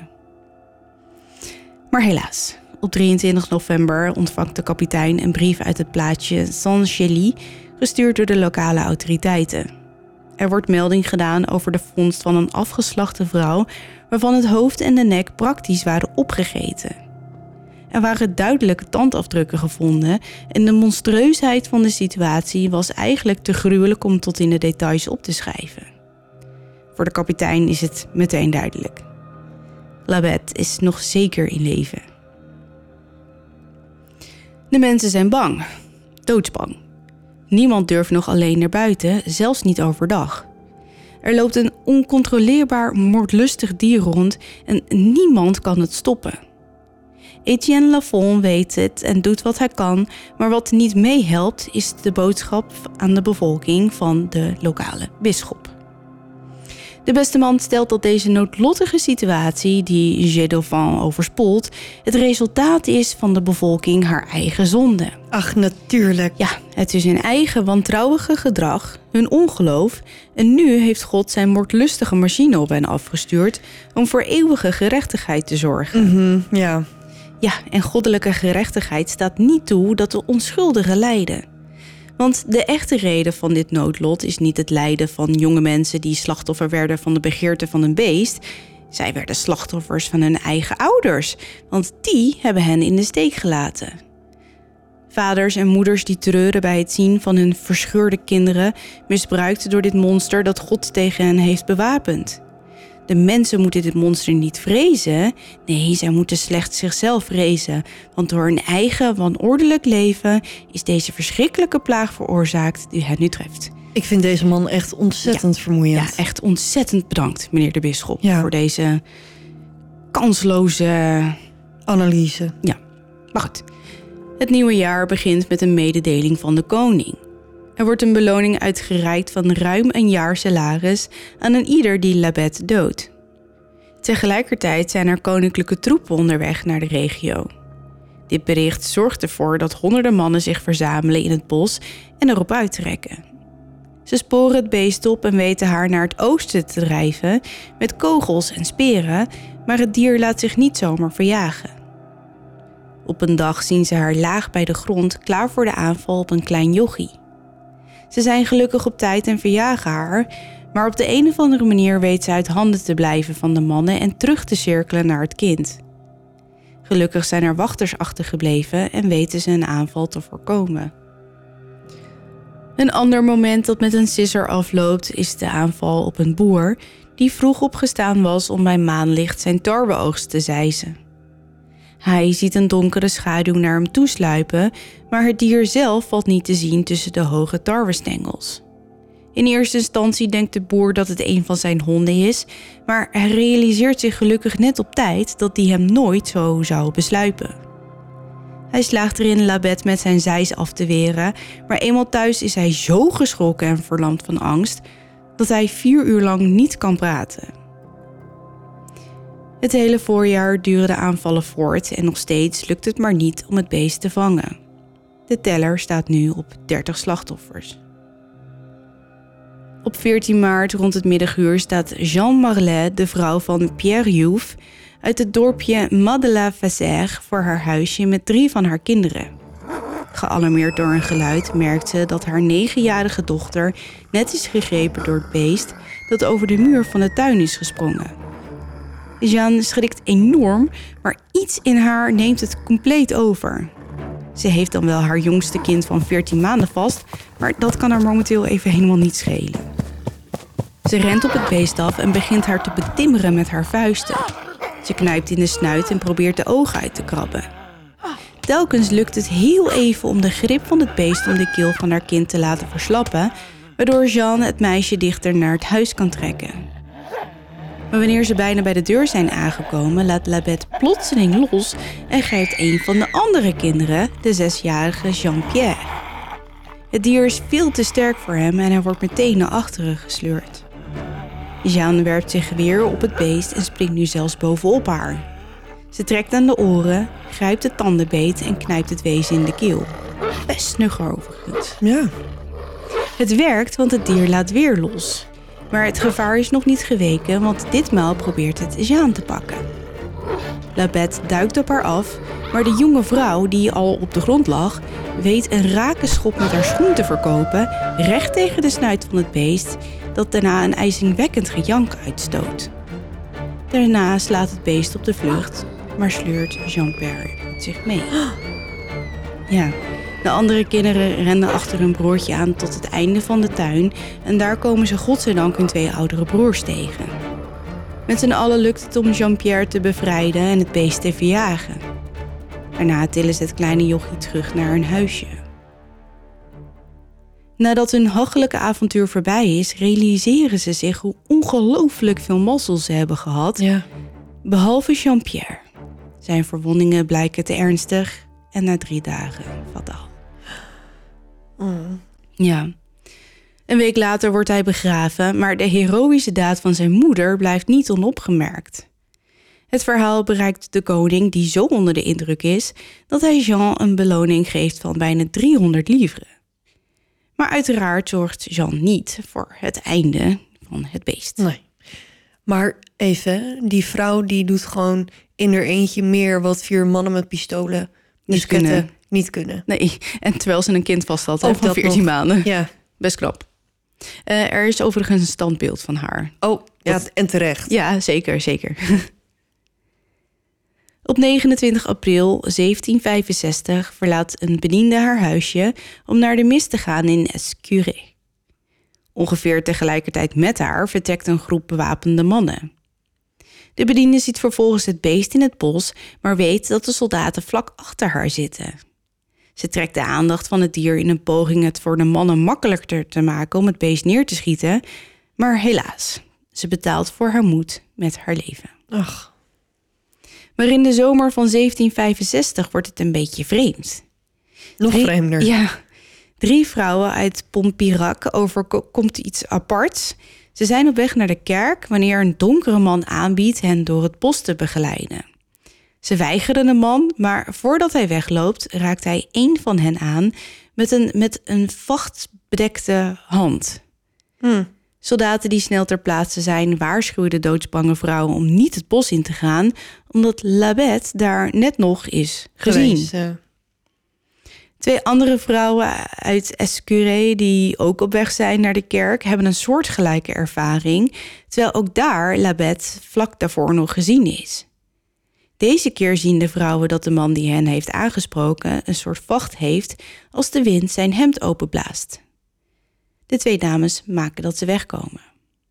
Maar helaas, op 23 november ontvangt de kapitein een brief uit het plaatsje Saint-Gély, gestuurd door de lokale autoriteiten. Er wordt melding gedaan over de vondst van een afgeslachte vrouw waarvan het hoofd en de nek praktisch waren opgegeten. Er waren duidelijke tandafdrukken gevonden en de monstrueusheid van de situatie was eigenlijk te gruwelijk om tot in de details op te schrijven. Voor de kapitein is het meteen duidelijk. Labette is nog zeker in leven. De mensen zijn bang, doodsbang. Niemand durft nog alleen naar buiten, zelfs niet overdag. Er loopt een oncontroleerbaar moordlustig dier rond en niemand kan het stoppen. Etienne Lafond weet het en doet wat hij kan, maar wat niet meehelpt is de boodschap aan de bevolking van de lokale bisschop. De beste man stelt dat deze noodlottige situatie, die Gédolphin overspoelt, het resultaat is van de bevolking haar eigen zonde. Ach, natuurlijk. Ja, het is hun eigen wantrouwige gedrag, hun ongeloof. En nu heeft God zijn moordlustige machine op hen afgestuurd om voor eeuwige gerechtigheid te zorgen. Ja. Ja, en goddelijke gerechtigheid staat niet toe dat de onschuldigen lijden. Want de echte reden van dit noodlot is niet het lijden van jonge mensen die slachtoffer werden van de begeerte van een beest. Zij werden slachtoffers van hun eigen ouders, want die hebben hen in de steek gelaten. Vaders en moeders die treuren bij het zien van hun verscheurde kinderen, misbruikt door dit monster dat God tegen hen heeft bewapend. De mensen moeten dit monster niet vrezen. Nee, zij moeten slechts zichzelf vrezen. Want door hun eigen wanordelijk leven is deze verschrikkelijke plaag veroorzaakt die hen nu treft. Ik vind deze man echt ontzettend vermoeiend. Ja, echt ontzettend bedankt, meneer de bisschop, Ja. voor deze kansloze Analyse. Ja, maar goed. Het nieuwe jaar begint met een mededeling van de koning. Er wordt een beloning uitgereikt van ruim een jaar salaris aan een ieder die Labette doodt. Tegelijkertijd zijn er koninklijke troepen onderweg naar de regio. Dit bericht zorgt ervoor dat honderden mannen zich verzamelen in het bos en erop uittrekken. Ze sporen het beest op en weten haar naar het oosten te drijven met kogels en speren, maar het dier laat zich niet zomaar verjagen. Op een dag zien ze haar laag bij de grond, klaar voor de aanval op een klein jochie. Ze zijn gelukkig op tijd en verjagen haar, maar op de een of andere manier weet ze uit handen te blijven van de mannen en terug te cirkelen naar het kind. Gelukkig zijn er wachters achtergebleven en weten ze een aanval te voorkomen. Een ander moment dat met een sisser afloopt is de aanval op een boer die vroeg opgestaan was om bij maanlicht zijn tarweoogst te zeizen. Hij ziet een donkere schaduw naar hem toesluipen, maar het dier zelf valt niet te zien tussen de hoge tarwestengels. In eerste instantie denkt de boer dat het een van zijn honden is, maar hij realiseert zich gelukkig net op tijd dat die hem nooit zo zou besluipen. Hij slaagt erin Labette met zijn zeis af te weren, maar eenmaal thuis is hij zo geschrokken en verlamd van angst dat hij 4 uur lang niet kan praten. Het hele voorjaar duren de aanvallen voort en nog steeds lukt het maar niet om het beest te vangen. De teller staat nu op 30 slachtoffers. Op 14 maart rond het middaguur staat Jeanne Marlet, de vrouw van Pierre Jouffe, uit het dorpje Madela-Vasseur voor haar huisje met 3 van haar kinderen. Gealarmeerd door een geluid merkt ze dat haar 9-jarige dochter net is gegrepen door het beest dat over de muur van de tuin is gesprongen. Jeanne schrikt enorm, maar iets in haar neemt het compleet over. Ze heeft dan wel haar jongste kind van 14 maanden vast, maar dat kan haar momenteel even helemaal niet schelen. Ze rent op het beest af en begint haar te betimmeren met haar vuisten. Ze knijpt in de snuit en probeert de ogen uit te krabben. Telkens lukt het heel even om de grip van het beest om de keel van haar kind te laten verslappen, waardoor Jeanne het meisje dichter naar het huis kan trekken. Maar wanneer ze bijna bij de deur zijn aangekomen, laat Labette plotseling los en grijpt een van de andere kinderen, de 6-jarige Jean-Pierre. Het dier is veel te sterk voor hem en hij wordt meteen naar achteren gesleurd. Jeanne werpt zich weer op het beest en springt nu zelfs bovenop haar. Ze trekt aan de oren, grijpt het tandenbeet en knijpt het wezen in de keel. Best snugger overigens. Ja. Het werkt, want het dier laat weer los. Maar het gevaar is nog niet geweken, want ditmaal probeert het Jeanne te pakken. Labette duikt op haar af, maar de jonge vrouw, die al op de grond lag, weet een rake schop met haar schoen te verkopen, recht tegen de snuit van het beest, dat daarna een ijzingwekkend gejank uitstoot. Daarna slaat het beest op de vlucht, maar sleurt Jean-Pierre zich mee. Ja, de andere kinderen rennen achter hun broertje aan tot het einde van de tuin en daar komen ze godzijdank hun 2 oudere broers tegen. Met z'n allen lukt het om Jean-Pierre te bevrijden en het beest te verjagen. Daarna tillen ze het kleine jochie terug naar hun huisje. Nadat hun hachelijke avontuur voorbij is, realiseren ze zich hoe ongelooflijk veel mazzel ze hebben gehad. Ja. Behalve Jean-Pierre. Zijn verwondingen blijken te ernstig en na 3 dagen fataal. Ja. Een week later wordt hij begraven, maar de heroïsche daad van zijn moeder blijft niet onopgemerkt. Het verhaal bereikt de koning, die zo onder de indruk is dat hij Jean een beloning geeft van bijna 300 livres. Maar uiteraard zorgt Jean niet voor het einde van het beest. Nee. Maar even, die vrouw die doet gewoon in haar eentje meer wat 4 mannen met pistolen niet kunnen. Nee, en terwijl ze een kind vast had van dat 14 nog. maanden. Ja. Best knap. Er is overigens een standbeeld van haar. Oh, ja, en terecht. Ja, zeker. Op 29 april 1765 verlaat een bediende haar huisje om naar de mis te gaan in Escuré. Ongeveer tegelijkertijd met haar vertrekt een groep bewapende mannen. De bediende ziet vervolgens het beest in het bos, maar weet dat de soldaten vlak achter haar zitten. Ze trekt de aandacht van het dier in een poging het voor de mannen makkelijker te maken om het beest neer te schieten, maar helaas, ze betaalt voor haar moed met haar leven. Ach. Maar in de zomer van 1765 wordt het een beetje vreemd. Nog vreemder. Ja, 3 vrouwen uit Pontpirac overkomt iets aparts. Ze zijn op weg naar de kerk wanneer een donkere man aanbiedt hen door het bos te begeleiden. Ze weigeren de man, maar voordat hij wegloopt raakt hij één van hen aan met een vacht bedekte hand. Soldaten die snel ter plaatse zijn waarschuwen de doodsbange vrouwen om niet het bos in te gaan, omdat Labette daar net nog is gezien. Geweest, 2 andere vrouwen uit Escuré die ook op weg zijn naar de kerk hebben een soortgelijke ervaring, terwijl ook daar Labette vlak daarvoor nog gezien is. Deze keer zien de vrouwen dat de man die hen heeft aangesproken een soort vacht heeft als de wind zijn hemd openblaast. De 2 dames maken dat ze wegkomen.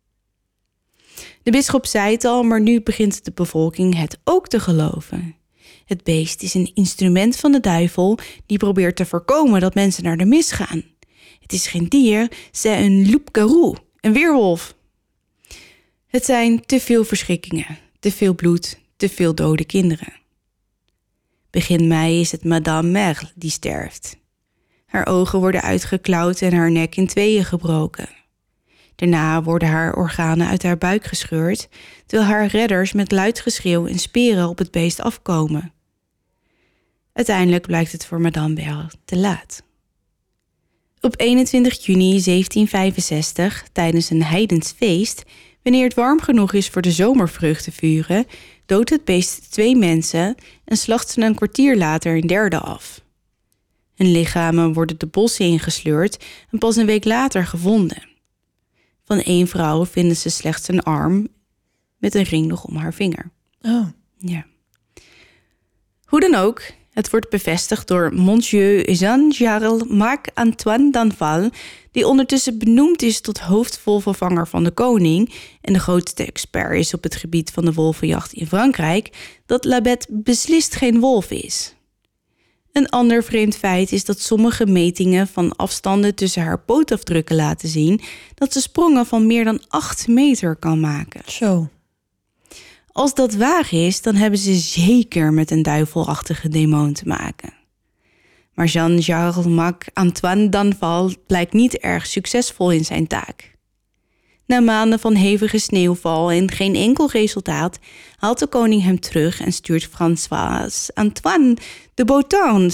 De bisschop zei het al, maar nu begint de bevolking het ook te geloven. Het beest is een instrument van de duivel die probeert te voorkomen dat mensen naar de mis gaan. Het is geen dier, c'est un loup-garou, een weerwolf. Het zijn te veel verschrikkingen, te veel bloed, te veel dode kinderen. Begin mei is het Madame Merle die sterft. Haar ogen worden uitgeklauwd en haar nek in 2 gebroken. Daarna worden haar organen uit haar buik gescheurd, terwijl haar redders met luid geschreeuw en speren op het beest afkomen. Uiteindelijk blijkt het voor Madame Merle te laat. Op 21 juni 1765, tijdens een heidens feest, wanneer het warm genoeg is voor de zomervreugdevuren, doodt het beest 2 mensen en slacht ze een kwartier later een derde af. Hun lichamen worden de bossen ingesleurd en pas een week later gevonden. Van 1 vrouw vinden ze slechts een arm met een ring nog om haar vinger. Oh. Ja. Hoe dan ook, het wordt bevestigd door Monsieur Jean-Charles Marc-Antoine Danval, die ondertussen benoemd is tot hoofdwolvenvanger van de koning en de grootste expert is op het gebied van de wolvenjacht in Frankrijk, dat Labette beslist geen wolf is. Een ander vreemd feit is dat sommige metingen van afstanden tussen haar pootafdrukken laten zien dat ze sprongen van meer dan 8 meter kan maken. Zo. Als dat waar is, dan hebben ze zeker met een duivelachtige demon te maken. Maar Jean-Charles Marc-Antoine Danval blijkt niet erg succesvol in zijn taak. Na maanden van hevige sneeuwval en geen enkel resultaat haalt de koning hem terug en stuurt François-Antoine de Botton,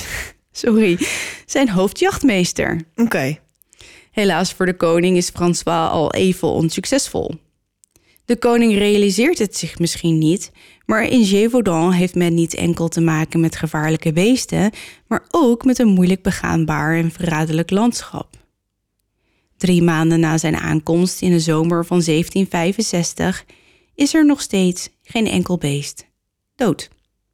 zijn hoofdjachtmeester. Oké. Helaas voor de koning is François al even onsuccesvol. De koning realiseert het zich misschien niet, maar in Gévaudan heeft men niet enkel te maken met gevaarlijke beesten, maar ook met een moeilijk begaanbaar en verraderlijk landschap. 3 maanden na zijn aankomst in de zomer van 1765 is er nog steeds geen enkel beest dood.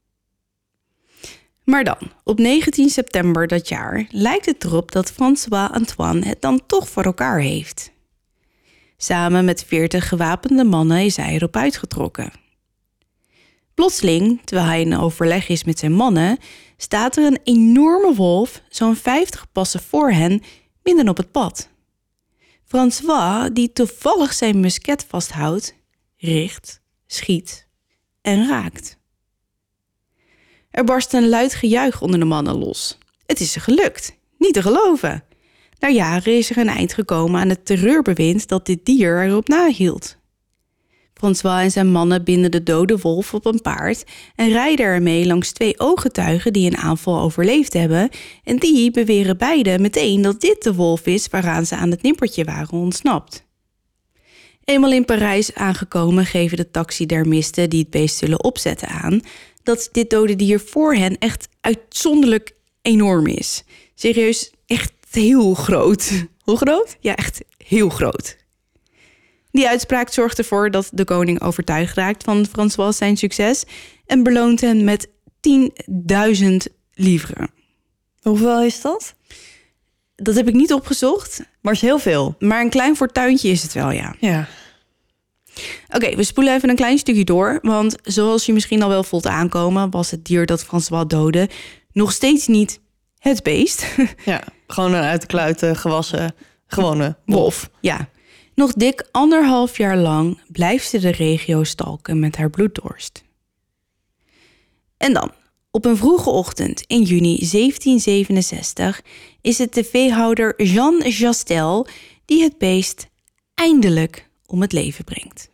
Maar dan, op 19 september dat jaar, lijkt het erop dat François-Antoine het dan toch voor elkaar heeft. Samen met 40 gewapende mannen is hij erop uitgetrokken. Plotseling, terwijl hij in overleg is met zijn mannen, staat er een enorme wolf, zo'n 50 passen voor hen, midden op het pad. François, die toevallig zijn musket vasthoudt, richt, schiet en raakt. Er barst een luid gejuich onder de mannen los. Het is ze gelukt, niet te geloven. Na jaren is er een eind gekomen aan het terreurbewind dat dit dier erop nahield. François en zijn mannen binden de dode wolf op een paard en rijden ermee langs 2 ooggetuigen die een aanval overleefd hebben. En die beweren beide meteen dat dit de wolf is waaraan ze aan het nippertje waren ontsnapt. Eenmaal in Parijs aangekomen geven de taxidermisten die het beest zullen opzetten aan dat dit dode dier voor hen echt uitzonderlijk enorm is. Serieus, echt heel groot. Hoe groot? Ja, echt heel groot. Die uitspraak zorgt ervoor dat de koning overtuigd raakt van François zijn succes en beloont hem met 10.000 livres. Hoeveel is dat? Dat heb ik niet opgezocht, Maar is heel veel. maar een klein fortuintje is het wel, ja. Ja. Oké, we spoelen even een klein stukje door, want zoals je misschien al wel voelt aankomen, was het dier dat François doodde nog steeds niet het beest. Ja, gewoon een uit de kluiten gewassen gewone Wolf, ja. Nog dik 1,5 jaar lang blijft ze de regio stalken met haar bloeddorst. En dan, op een vroege ochtend in juni 1767 is het de veehouder Jean Chastel die het beest eindelijk om het leven brengt.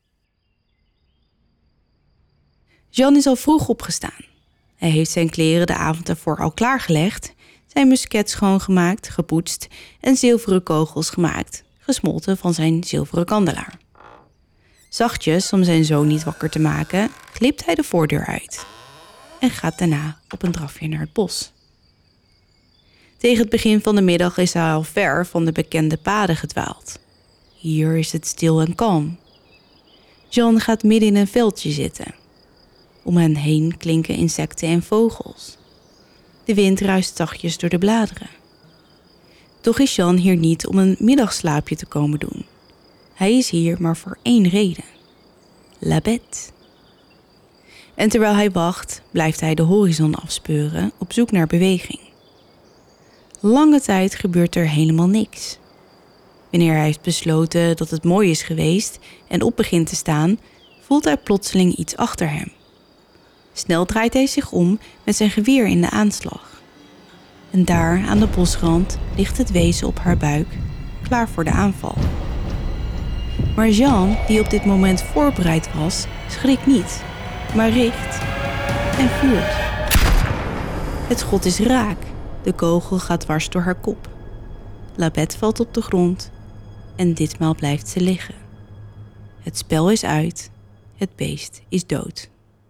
Jean is al vroeg opgestaan. Hij heeft zijn kleren de avond ervoor al klaargelegd, zijn musket schoongemaakt, gepoetst en zilveren kogels gemaakt, gesmolten van zijn zilveren kandelaar. Zachtjes, om zijn zoon niet wakker te maken, glipt hij de voordeur uit en gaat daarna op een drafje naar het bos. Tegen het begin van de middag is hij al ver van de bekende paden gedwaald. Hier is het stil en kalm. Jean gaat midden in een veldje zitten. Om hen heen klinken insecten en vogels. De wind ruist zachtjes door de bladeren. Toch is Jean hier niet om een middagslaapje te komen doen. Hij is hier maar voor 1 reden. La bête. En terwijl hij wacht, blijft hij de horizon afspeuren op zoek naar beweging. Lange tijd gebeurt er helemaal niks. Wanneer hij heeft besloten dat het mooi is geweest en op begint te staan, voelt hij plotseling iets achter hem. Snel draait hij zich om met zijn geweer in de aanslag. En daar aan de bosrand ligt het wezen op haar buik, klaar voor de aanval. Maar Jean, die op dit moment voorbereid was, schrikt niet, maar richt en vuurt. Het schot is raak. De kogel gaat dwars door haar kop. La Bête valt op de grond en ditmaal blijft ze liggen. Het spel is uit. Het beest is dood.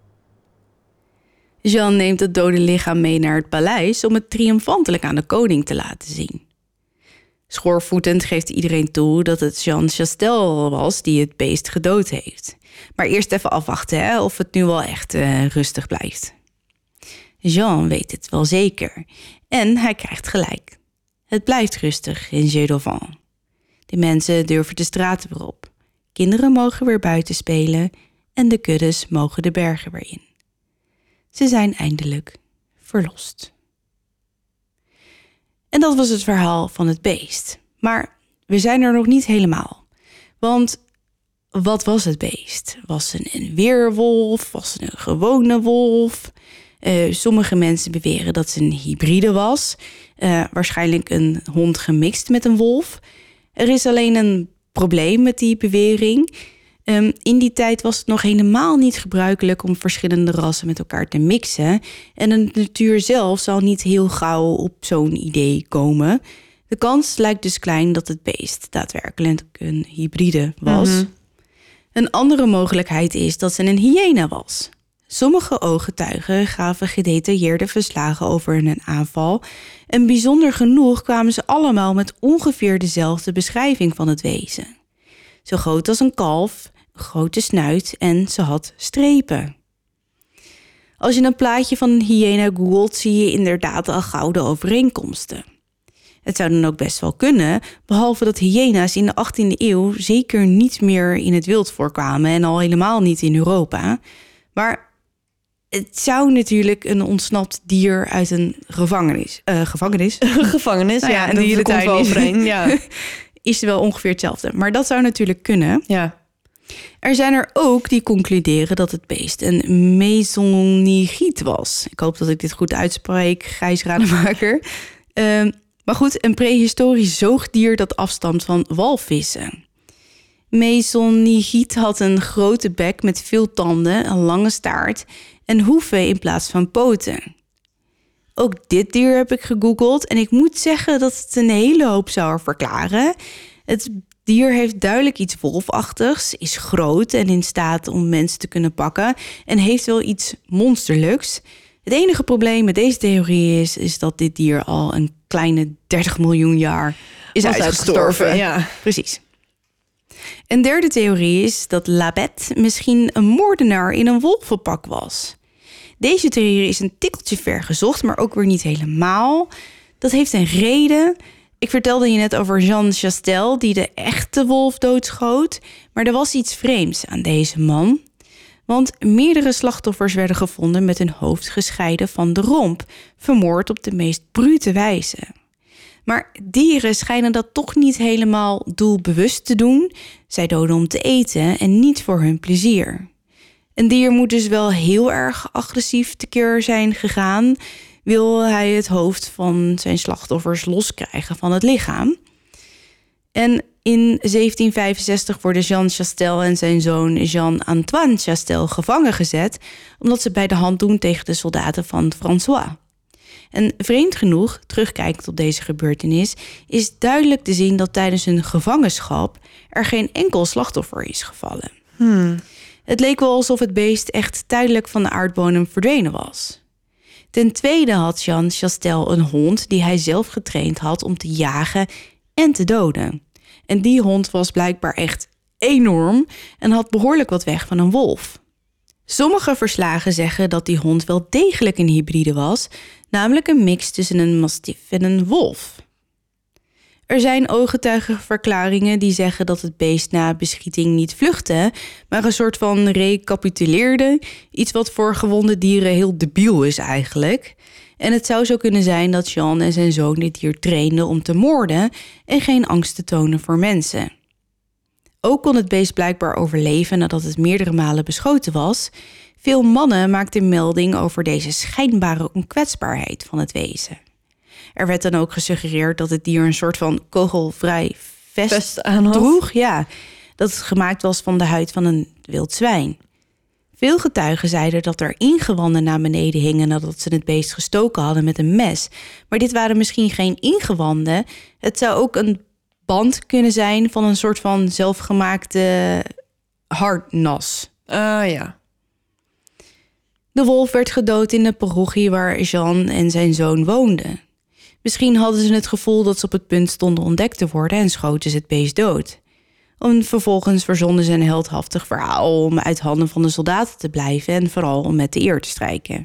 Jean neemt het dode lichaam mee naar het paleis om het triomfantelijk aan de koning te laten zien. Schoorvoetend geeft iedereen toe dat het Jean Chastel was die het beest gedood heeft. Maar eerst even afwachten of het nu wel echt rustig blijft. Jean weet het wel zeker en hij krijgt gelijk. Het blijft rustig in Gédauvan. De mensen durven de straten weer op. Kinderen mogen weer buiten spelen en de kuddes mogen de bergen weer in. Ze zijn eindelijk verlost. En dat was het verhaal van het beest. Maar we zijn er nog niet helemaal. Want wat was het beest? Was het een weerwolf? Was het een gewone wolf? Sommige mensen beweren dat ze een hybride was. Waarschijnlijk een hond gemixt met een wolf. Er is alleen een probleem met die bewering. In die tijd was het nog helemaal niet gebruikelijk om verschillende rassen met elkaar te mixen. En de natuur zelf zal niet heel gauw op zo'n idee komen. De kans lijkt dus klein dat het beest daadwerkelijk een hybride was. Mm-hmm. Een andere mogelijkheid is dat ze een hyena was. Sommige ooggetuigen gaven gedetailleerde verslagen over een aanval. En bijzonder genoeg kwamen ze allemaal met ongeveer dezelfde beschrijving van het wezen. Zo groot als een kalf, een grote snuit en ze had strepen. Als je een plaatje van een hyena googelt, zie je inderdaad al gouden overeenkomsten. Het zou dan ook best wel kunnen, behalve dat hyena's in de 18e eeuw zeker niet meer in het wild voorkwamen en al helemaal niet in Europa. Maar Het zou natuurlijk een ontsnapt dier uit een gevangenis... gevangenis? Gevangenis, Nou ja. een Dat dierentuin komt wel overeen, ja. Is wel ongeveer hetzelfde. Maar dat zou natuurlijk kunnen. Ja. Er zijn er ook die concluderen dat het beest een mesonnigiet was. Ik hoop dat ik dit goed uitspreek, Gijs Rademaker. Maar goed, een prehistorisch zoogdier dat afstamt van walvissen. Mesonnigiet had een grote bek met veel tanden, een lange staart en hoeven in plaats van poten. Ook dit dier heb ik gegoogeld en ik moet zeggen dat het een hele hoop zou verklaren. Het dier heeft duidelijk iets wolfachtigs, is groot en in staat om mensen te kunnen pakken en heeft wel iets monsterlijks. Het enige probleem met deze theorie is dat dit dier al een kleine 30 miljoen jaar is uitgestorven. Ja. Precies. Een derde theorie is dat Labette misschien een moordenaar in een wolvenpak was. Deze theorie is een tikkeltje ver gezocht, maar ook weer niet helemaal. Dat heeft een reden. Ik vertelde je net over Jean Chastel, die de echte wolf doodschoot. Maar er was iets vreemds aan deze man. Want meerdere slachtoffers werden gevonden met hun hoofd gescheiden van de romp, vermoord op de meest brute wijze. Maar dieren schijnen dat toch niet helemaal doelbewust te doen. Zij doden om te eten en niet voor hun plezier. Een dier moet dus wel heel erg agressief tekeer zijn gegaan, wil hij het hoofd van zijn slachtoffers loskrijgen van het lichaam. En in 1765 worden Jean Chastel en zijn zoon Jean-Antoine Chastel gevangen gezet, omdat ze bij de hand doen tegen de soldaten van François. En vreemd genoeg, terugkijkend op deze gebeurtenis, is duidelijk te zien dat tijdens hun gevangenschap er geen enkel slachtoffer is gevallen. Het leek wel alsof het beest echt tijdelijk van de aardbodem verdwenen was. Ten tweede had Jean Chastel een hond die hij zelf getraind had om te jagen en te doden. En die hond was blijkbaar echt enorm en had behoorlijk wat weg van een wolf. Sommige verslagen zeggen dat die hond wel degelijk een hybride was, namelijk een mix tussen een mastiff en een wolf. Er zijn ooggetuigenverklaringen die zeggen dat het beest na beschieting niet vluchtte, maar een soort van recapituleerde, iets wat voor gewonde dieren heel debiel is eigenlijk. En het zou zo kunnen zijn dat Jean en zijn zoon dit dier trainden om te moorden en geen angst te tonen voor mensen. Ook kon het beest blijkbaar overleven nadat het meerdere malen beschoten was. Veel mannen maakten melding over deze schijnbare onkwetsbaarheid van het wezen. Er werd dan ook gesuggereerd dat het dier een soort van kogelvrij vest aan had. droeg. Ja, dat het gemaakt was van de huid van een wild zwijn. Veel getuigen zeiden dat er ingewanden naar beneden hingen nadat ze het beest gestoken hadden met een mes. Maar dit waren misschien geen ingewanden. Het zou ook een band kunnen zijn van een soort van zelfgemaakte harnas. Ja. De wolf werd gedood in de parochie waar Jean en zijn zoon woonden. Misschien hadden ze het gevoel dat ze op het punt stonden ontdekt te worden en schoten ze het beest dood. En vervolgens verzonden ze een heldhaftig verhaal om uit handen van de soldaten te blijven en vooral om met de eer te strijken.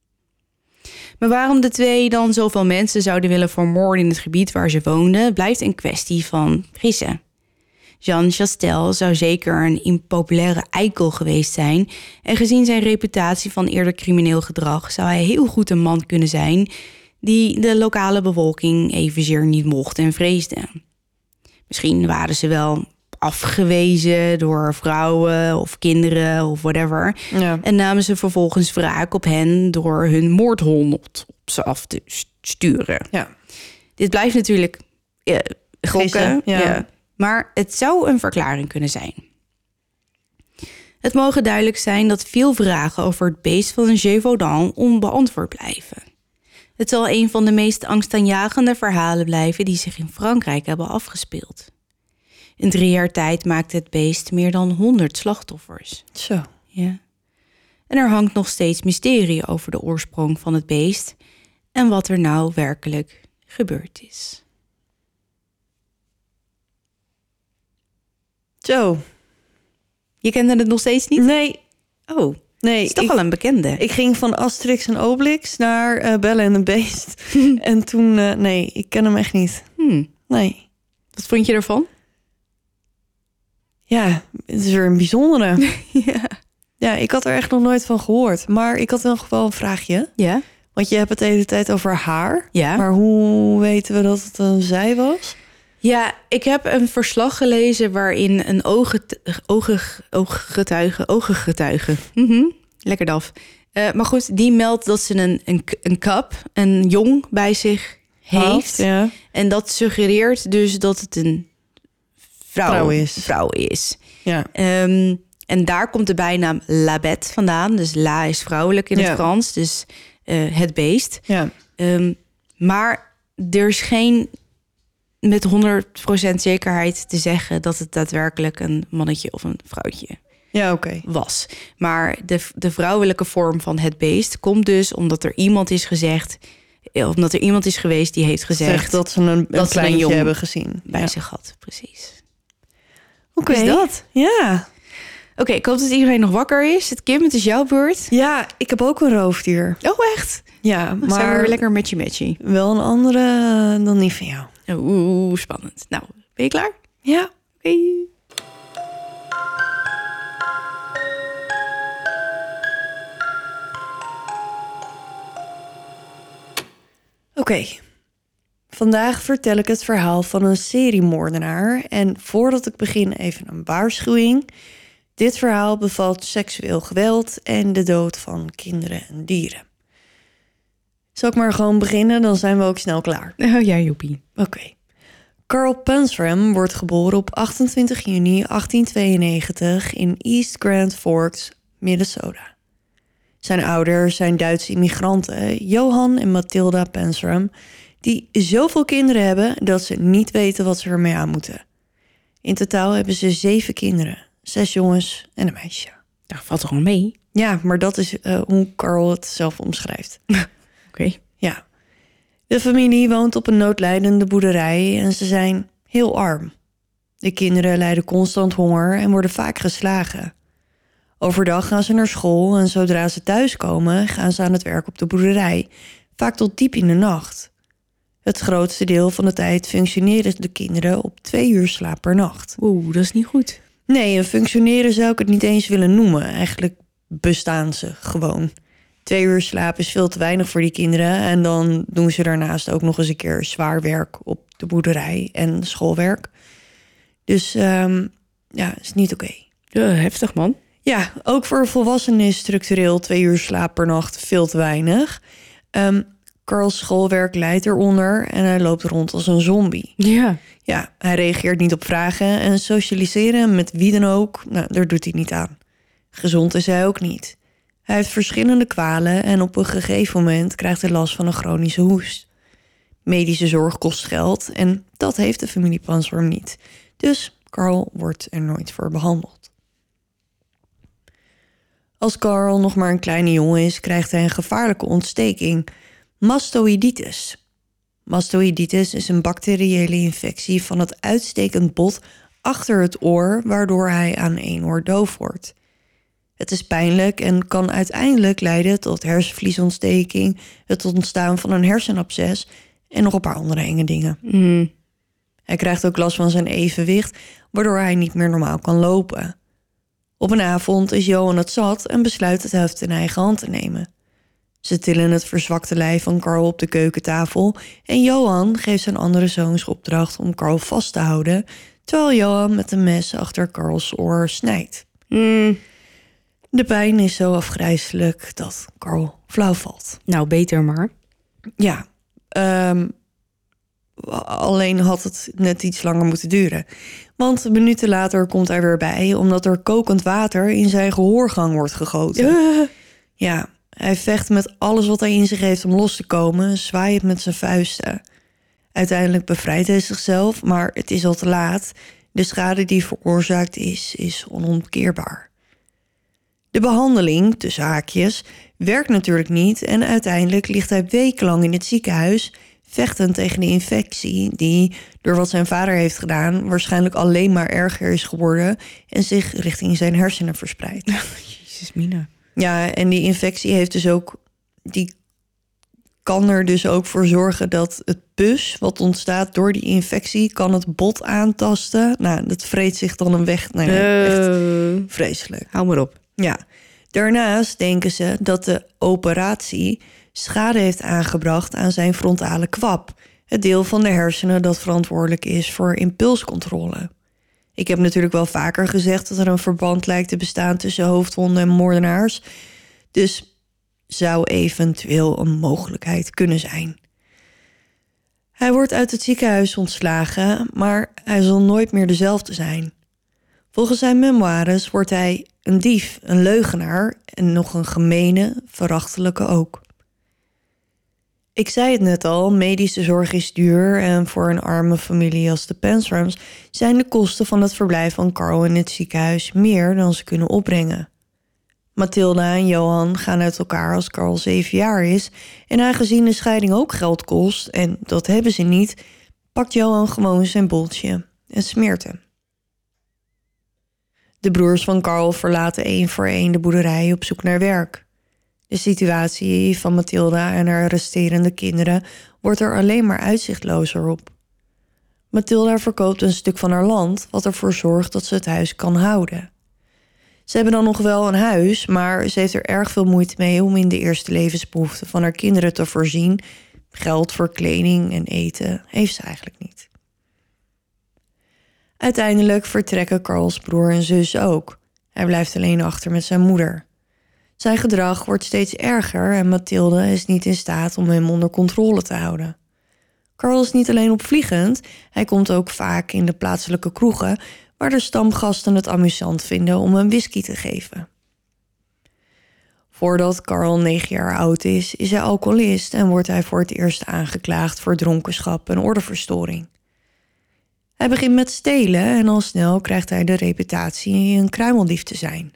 Maar waarom de twee dan zoveel mensen zouden willen vermoorden in het gebied waar ze woonden, blijft een kwestie van gissen. Jean Chastel zou zeker een impopulaire eikel geweest zijn en gezien zijn reputatie van eerder crimineel gedrag zou hij heel goed een man kunnen zijn die de lokale bevolking evenzeer niet mocht en vreesde. Misschien waren ze wel afgewezen door vrouwen of kinderen of whatever. Ja. En namen ze vervolgens wraak op hen door hun moordhond op ze af te sturen. Ja. Dit blijft natuurlijk gokken. Gissen, ja. Maar het zou een verklaring kunnen zijn. Het mogen duidelijk zijn dat veel vragen over het beest van Gévaudan onbeantwoord blijven. Het zal een van de meest angstaanjagende verhalen blijven die zich in Frankrijk hebben afgespeeld. In 3 jaar tijd maakte het beest meer dan 100 slachtoffers. Zo. Ja. En er hangt nog steeds mysterie over de oorsprong van het beest en wat er nou werkelijk gebeurd is. Zo. Je kende het nog steeds niet? Nee. Oh, Nee. is toch wel een bekende. Ik ging van Asterix en Obelix naar Belle en de Beest. En toen, nee, ik ken hem echt niet. Nee. Wat vond je ervan? Ja, het is weer een bijzondere. Ja. Ja, ik had er echt nog nooit van gehoord. Maar ik had nog wel een vraagje. Ja? Want je hebt het de hele tijd over haar. Ja. Maar hoe weten we dat het een zij was? Ja, ik heb een verslag gelezen waarin een ooggetuige... lekker daf. Maar goed, die meldt dat ze een kap, een jong bij zich heeft. Ja. En dat suggereert dus dat het een vrouw is. Ja. En daar komt de bijnaam La Bête vandaan. Dus la is vrouwelijk in het Frans, dus het beest. Ja. Maar er is geen met 100% zekerheid te zeggen dat het daadwerkelijk een mannetje of een vrouwtje was. Maar de vrouwelijke vorm van het beest komt dus omdat er iemand is geweest die heeft gezegd dat ze een kleintje jong hebben gezien bij zich had. Precies. Oké. Is dat? Ja. Oké, ik hoop dat iedereen nog wakker is. Kim, het is jouw beurt. Ja, ik heb ook een roofdier. Oh, echt? Ja, maar zijn we weer lekker matchy. wel een andere dan die van jou. Oeh, spannend. Nou, ben je klaar? Ja. Oké. Oké. Vandaag vertel ik het verhaal van een seriemoordenaar. En voordat ik begin even een waarschuwing. Dit verhaal bevat seksueel geweld en de dood van kinderen en dieren. Zal ik maar gewoon beginnen, dan zijn we ook snel klaar. Oh ja, joepie. Oké. Carl Panzram wordt geboren op 28 juni 1892 in East Grand Forks, Minnesota. Zijn ouders zijn Duitse immigranten, Johan en Mathilda Panzram, die zoveel kinderen hebben dat ze niet weten wat ze ermee aan moeten. In totaal hebben ze 7 kinderen, 6 jongens en een meisje. Daar valt er gewoon mee. Ja, maar dat is hoe Carl het zelf omschrijft. Oké. Ja. De familie woont op een noodlijdende boerderij en ze zijn heel arm. De kinderen lijden constant honger en worden vaak geslagen. Overdag gaan ze naar school en zodra ze thuiskomen gaan ze aan het werk op de boerderij, vaak tot diep in de nacht. Het grootste deel van de tijd functioneren de kinderen op 2 uur slaap per nacht. Oeh, dat is niet goed. Nee, en functioneren zou ik het niet eens willen noemen. Eigenlijk bestaan ze gewoon. 2 uur slaap is veel te weinig voor die kinderen. En dan doen ze daarnaast ook nog eens een keer zwaar werk op de boerderij en schoolwerk. Dus is niet oké. Heftig, man. Ja, ook voor volwassenen is structureel 2 uur slaap per nacht veel te weinig. Carls schoolwerk leidt eronder en hij loopt rond als een zombie. Ja. Ja, hij reageert niet op vragen en socialiseren met wie dan ook, daar doet hij niet aan. Gezond is hij ook niet. Hij heeft verschillende kwalen en op een gegeven moment krijgt hij last van een chronische hoest. Medische zorg kost geld en dat heeft de familie Panzram niet. Dus Carl wordt er nooit voor behandeld. Als Carl nog maar een kleine jongen is, krijgt hij een gevaarlijke ontsteking, mastoïditis. Mastoïditis is een bacteriële infectie van het uitstekend bot achter het oor, waardoor hij aan één oor doof wordt. Het is pijnlijk en kan uiteindelijk leiden tot hersenvliesontsteking, het ontstaan van een hersenabsces en nog een paar andere enge dingen. Hij krijgt ook last van zijn evenwicht, waardoor hij niet meer normaal kan lopen. Op een avond is Johan het zat en besluit het heft in eigen hand te nemen. Ze tillen het verzwakte lijf van Carl op de keukentafel en Johan geeft zijn andere zoons opdracht om Carl vast te houden, terwijl Johan met een mes achter Carls oor snijdt. De pijn is zo afgrijselijk dat Carl flauw valt. Nou, beter maar. Ja, alleen had het net iets langer moeten duren. Want minuten later komt hij weer bij, omdat er kokend water in zijn gehoorgang wordt gegoten. Ja, hij vecht met alles wat hij in zich heeft om los te komen, zwaait met zijn vuisten. Uiteindelijk bevrijdt hij zichzelf, maar het is al te laat. De schade die veroorzaakt is onomkeerbaar. De behandeling, tussen haakjes, werkt natuurlijk niet en uiteindelijk ligt hij wekenlang in het ziekenhuis, vechtend tegen de infectie die, door wat zijn vader heeft gedaan, waarschijnlijk alleen maar erger is geworden en zich richting zijn hersenen verspreidt. Jezus, Mina. Ja, en die infectie heeft dus ook, die kan er dus ook voor zorgen dat het pus wat ontstaat door die infectie kan het bot aantasten. Nou, dat vreet zich dan een weg. Nee, echt vreselijk. Hou maar op. Ja, Daarnaast denken ze dat de operatie schade heeft aangebracht aan zijn frontale kwab, het deel van de hersenen dat verantwoordelijk is voor impulscontrole. Ik heb natuurlijk wel vaker gezegd dat er een verband lijkt te bestaan tussen hoofdwonden en moordenaars, dus zou eventueel een mogelijkheid kunnen zijn. Hij wordt uit het ziekenhuis ontslagen, maar hij zal nooit meer dezelfde zijn. Volgens zijn memoires wordt hij een dief, een leugenaar en nog een gemene, verachtelijke ook. Ik zei het net al, medische zorg is duur en voor een arme familie als de Pansrams zijn de kosten van het verblijf van Carl in het ziekenhuis meer dan ze kunnen opbrengen. Mathilda en Johan gaan uit elkaar als Carl 7 jaar is en aangezien de scheiding ook geld kost, en dat hebben ze niet, pakt Johan gewoon zijn boeltje en smeert hem. De broers van Carl verlaten 1 voor 1 de boerderij op zoek naar werk. De situatie van Mathilda en haar resterende kinderen wordt er alleen maar uitzichtlozer op. Mathilda verkoopt een stuk van haar land, wat ervoor zorgt dat ze het huis kan houden. Ze hebben dan nog wel een huis, maar ze heeft er erg veel moeite mee om in de eerste levensbehoeften van haar kinderen te voorzien. Geld voor kleding en eten heeft ze eigenlijk niet. Uiteindelijk vertrekken Carls broer en zus ook. Hij blijft alleen achter met zijn moeder. Zijn gedrag wordt steeds erger en Mathilde is niet in staat om hem onder controle te houden. Carl is niet alleen opvliegend, hij komt ook vaak in de plaatselijke kroegen waar de stamgasten het amusant vinden om hem whisky te geven. Voordat Carl 9 jaar oud is hij alcoholist en wordt hij voor het eerst aangeklaagd voor dronkenschap en ordeverstoring. Hij begint met stelen en al snel krijgt hij de reputatie een kruimeldief te zijn.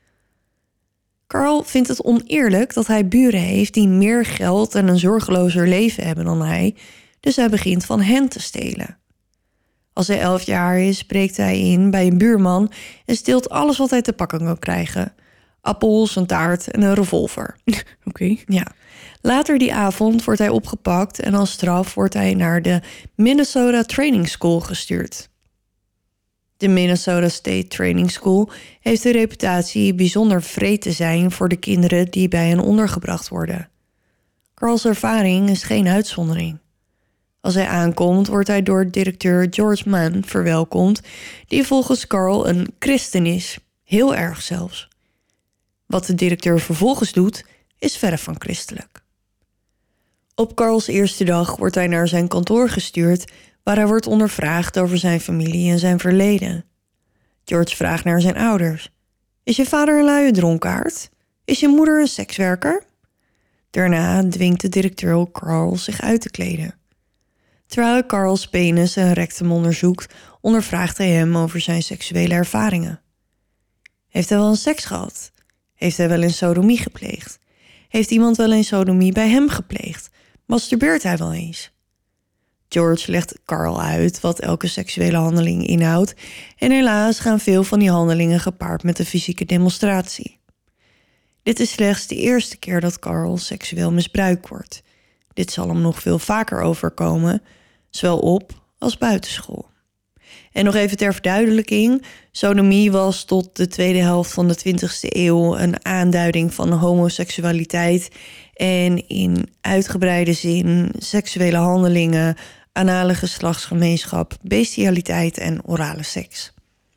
Carl vindt het oneerlijk dat hij buren heeft die meer geld en een zorgelozer leven hebben dan hij, dus hij begint van hen te stelen. Als hij 11 jaar is, breekt hij in bij een buurman en steelt alles wat hij te pakken kan krijgen. Appels, een taart en een revolver. Oké. Ja. Later die avond wordt hij opgepakt en als straf wordt hij naar de Minnesota Training School gestuurd. De Minnesota State Training School heeft de reputatie bijzonder wreed te zijn voor de kinderen die bij hen ondergebracht worden. Carls ervaring is geen uitzondering. Als hij aankomt, wordt hij door directeur George Mann verwelkomd, die volgens Carl een christen is, heel erg zelfs. Wat de directeur vervolgens doet, is verre van christelijk. Op Carls eerste dag wordt hij naar zijn kantoor gestuurd, waar hij wordt ondervraagd over zijn familie en zijn verleden. George vraagt naar zijn ouders. Is je vader een luie dronkaard? Is je moeder een sekswerker? Daarna dwingt de directeur Carl zich uit te kleden. Terwijl hij Carls penis en rectum onderzoekt, ondervraagt hij hem over zijn seksuele ervaringen. Heeft hij wel een seks gehad? Heeft hij wel eens sodomie gepleegd? Heeft iemand wel eens sodomie bij hem gepleegd? Masturbeert hij wel eens? George legt Carl uit wat elke seksuele handeling inhoudt en helaas gaan veel van die handelingen gepaard met een fysieke demonstratie. Dit is slechts de eerste keer dat Carl seksueel misbruikt wordt. Dit zal hem nog veel vaker overkomen, zowel op als buitenschool. En nog even ter verduidelijking, sodomie was tot de tweede helft van de 20e eeuw een aanduiding van homoseksualiteit en in uitgebreide zin seksuele handelingen, anale geslachtsgemeenschap, bestialiteit en orale seks.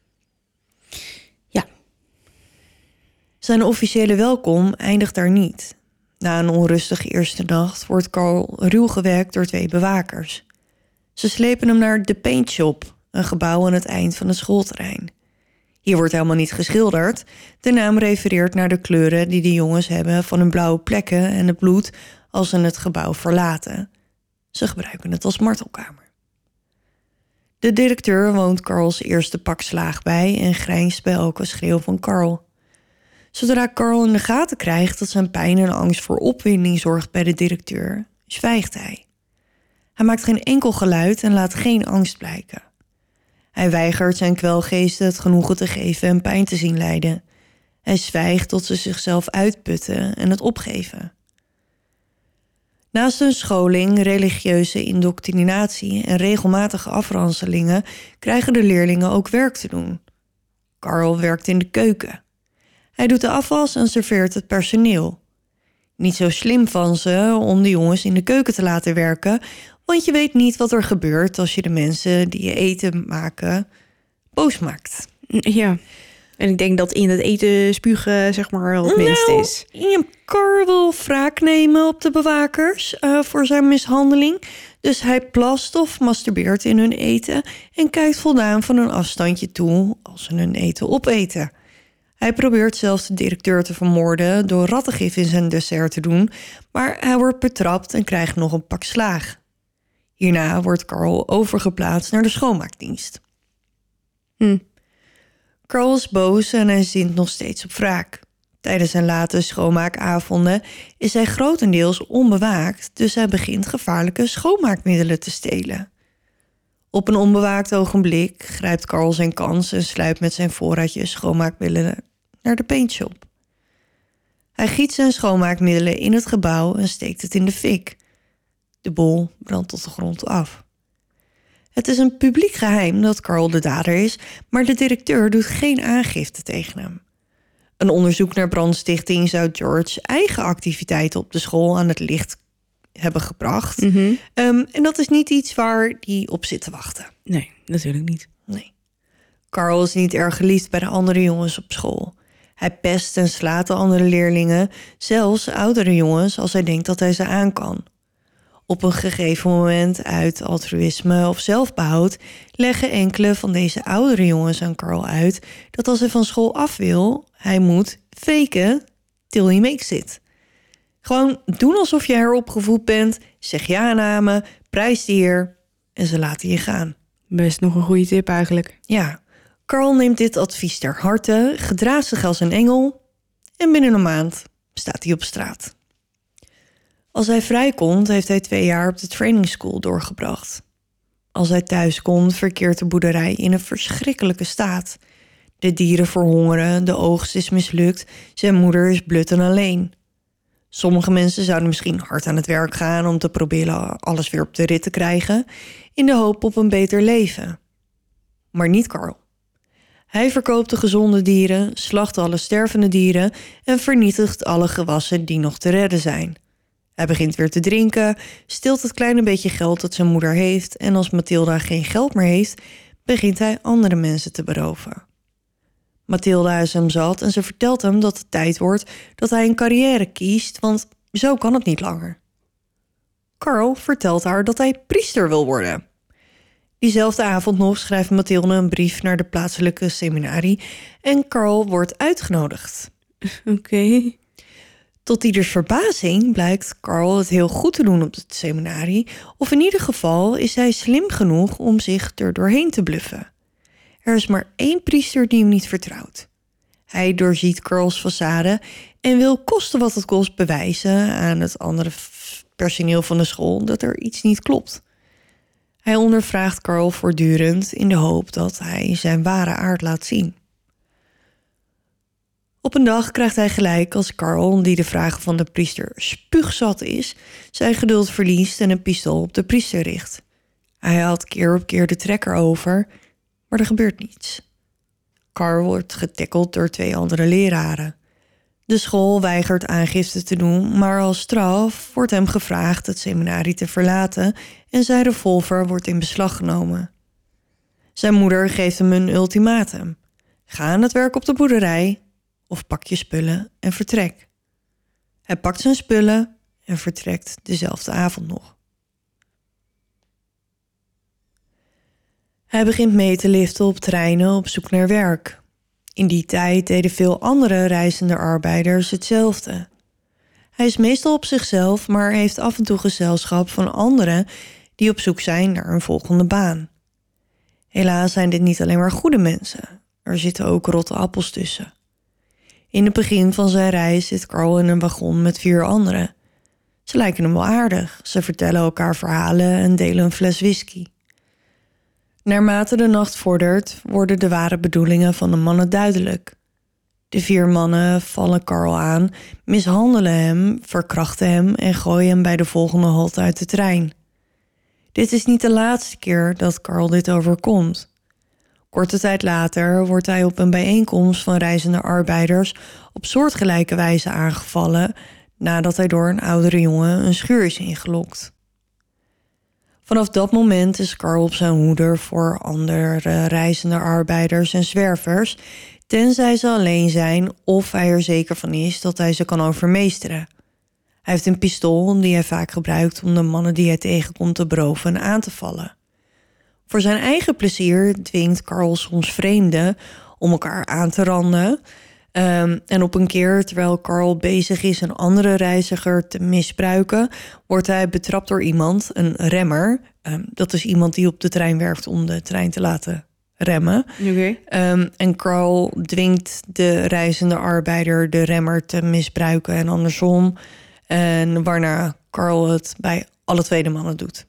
Ja. Zijn officiële welkom eindigt daar niet. Na een onrustige eerste nacht wordt Carl ruw gewekt door 2 bewakers. Ze slepen hem naar de Paint Shop, een gebouw aan het eind van het schoolterrein. Hier wordt helemaal niet geschilderd. De naam refereert naar de kleuren die de jongens hebben van hun blauwe plekken en het bloed als ze het gebouw verlaten. Ze gebruiken het als martelkamer. De directeur woont Carls eerste pak slaag bij en grijnst bij elke schreeuw van Carl. Zodra Carl in de gaten krijgt dat zijn pijn en angst voor opwinding zorgt bij de directeur, zwijgt hij. Hij maakt geen enkel geluid en laat geen angst blijken. Hij weigert zijn kwelgeesten het genoegen te geven en pijn te zien lijden. Hij zwijgt tot ze zichzelf uitputten en het opgeven. Naast hun scholing, religieuze indoctrinatie en regelmatige afranselingen krijgen de leerlingen ook werk te doen. Carl werkt in de keuken. Hij doet de afwas en serveert het personeel. Niet zo slim van ze om de jongens in de keuken te laten werken, want je weet niet wat er gebeurt als je de mensen die je eten maken boos maakt. Ja, en ik denk dat in het eten spugen zeg maar het minst is. Carl wil wraak nemen op de bewakers voor zijn mishandeling. Dus hij plast of masturbeert in hun eten en kijkt voldaan van een afstandje toe als ze hun eten opeten. Hij probeert zelfs de directeur te vermoorden door rattengif in zijn dessert te doen, maar hij wordt betrapt en krijgt nog een pak slaag. Hierna wordt Carl overgeplaatst naar de schoonmaakdienst. Carl is boos en hij zint nog steeds op wraak. Tijdens zijn late schoonmaakavonden is hij grotendeels onbewaakt, dus hij begint gevaarlijke schoonmaakmiddelen te stelen. Op een onbewaakt ogenblik grijpt Carl zijn kans en sluipt met zijn voorraadje schoonmaakmiddelen naar de paintshop. Hij giet zijn schoonmaakmiddelen in het gebouw en steekt het in de fik. De boel brandt tot de grond af. Het is een publiek geheim dat Carl de dader is, maar de directeur doet geen aangifte tegen hem. Een onderzoek naar brandstichting zou George's eigen activiteiten op de school aan het licht hebben gebracht. En dat is niet iets waar hij op zit te wachten. Nee, natuurlijk niet. Nee. Carl is niet erg geliefd bij de andere jongens op school. Hij pest en slaat de andere leerlingen, zelfs oudere jongens, als hij denkt dat hij ze aan kan. Op een gegeven moment, uit altruïsme of zelfbehoud, leggen enkele van deze oudere jongens aan Carl uit dat als hij van school af wil, hij moet faken till he makes it. Gewoon doen alsof je heropgevoed bent, zeg ja-namen, prijs de heer en ze laten je gaan. Best nog een goede tip eigenlijk. Ja, Carl neemt dit advies ter harte, gedraagt zich als een engel en binnen een maand staat hij op straat. Als hij vrijkomt, heeft hij 2 jaar op de training school doorgebracht. Als hij thuis komt, verkeert de boerderij in een verschrikkelijke staat. De dieren verhongeren, de oogst is mislukt, zijn moeder is blut en alleen. Sommige mensen zouden misschien hard aan het werk gaan om te proberen alles weer op de rit te krijgen, in de hoop op een beter leven. Maar niet Carl. Hij verkoopt de gezonde dieren, slacht alle stervende dieren en vernietigt alle gewassen die nog te redden zijn. Hij begint weer te drinken, steelt het kleine beetje geld dat zijn moeder heeft en als Mathilda geen geld meer heeft, begint hij andere mensen te beroven. Mathilda is hem zat en ze vertelt hem dat het tijd wordt dat hij een carrière kiest, want zo kan het niet langer. Carl vertelt haar dat hij priester wil worden. Diezelfde avond nog schrijft Mathilde een brief naar de plaatselijke seminarie en Carl wordt uitgenodigd. Oké. Tot ieders verbazing blijkt Carl het heel goed te doen op het seminarie, of in ieder geval is hij slim genoeg om zich er doorheen te bluffen. Er is maar 1 priester die hem niet vertrouwt. Hij doorziet Carls façade en wil koste wat het kost bewijzen aan het andere personeel van de school dat er iets niet klopt. Hij ondervraagt Carl voortdurend in de hoop dat hij zijn ware aard laat zien. Op een dag krijgt hij gelijk als Carl, die de vragen van de priester spuugzat is, zijn geduld verliest en een pistool op de priester richt. Hij haalt keer op keer de trekker over, maar er gebeurt niets. Carl wordt getackeld door 2 andere leraren. De school weigert aangifte te doen, maar als straf wordt hem gevraagd het seminarie te verlaten en zijn revolver wordt in beslag genomen. Zijn moeder geeft hem een ultimatum. Ga aan het werk op de boerderij of pak je spullen en vertrek. Hij pakt zijn spullen en vertrekt dezelfde avond nog. Hij begint mee te liften op treinen op zoek naar werk. In die tijd deden veel andere reizende arbeiders hetzelfde. Hij is meestal op zichzelf, maar heeft af en toe gezelschap van anderen die op zoek zijn naar een volgende baan. Helaas zijn dit niet alleen maar goede mensen. Er zitten ook rotte appels tussen. In het begin van zijn reis zit Carl in een wagon met 4 anderen. Ze lijken hem wel aardig. Ze vertellen elkaar verhalen en delen een fles whisky. Naarmate de nacht vordert, worden de ware bedoelingen van de mannen duidelijk. De 4 mannen vallen Carl aan, mishandelen hem, verkrachten hem en gooien hem bij de volgende halte uit de trein. Dit is niet de laatste keer dat Carl dit overkomt. Korte tijd later wordt hij op een bijeenkomst van reizende arbeiders op soortgelijke wijze aangevallen nadat hij door een oudere jongen een schuur is ingelokt. Vanaf dat moment is Carl op zijn hoede voor andere reizende arbeiders en zwervers, tenzij ze alleen zijn of hij er zeker van is dat hij ze kan overmeesteren. Hij heeft een pistool die hij vaak gebruikt om de mannen die hij tegenkomt te beroven en aan te vallen. Voor zijn eigen plezier dwingt Carl soms vreemden om elkaar aan te randen. En op een keer, terwijl Carl bezig is een andere reiziger te misbruiken, wordt hij betrapt door iemand, een remmer. Dat is iemand die op de trein werkt om de trein te laten remmen. Oké. En Carl dwingt de reizende arbeider de remmer te misbruiken en andersom. En waarna Carl het bij alle twee de mannen doet.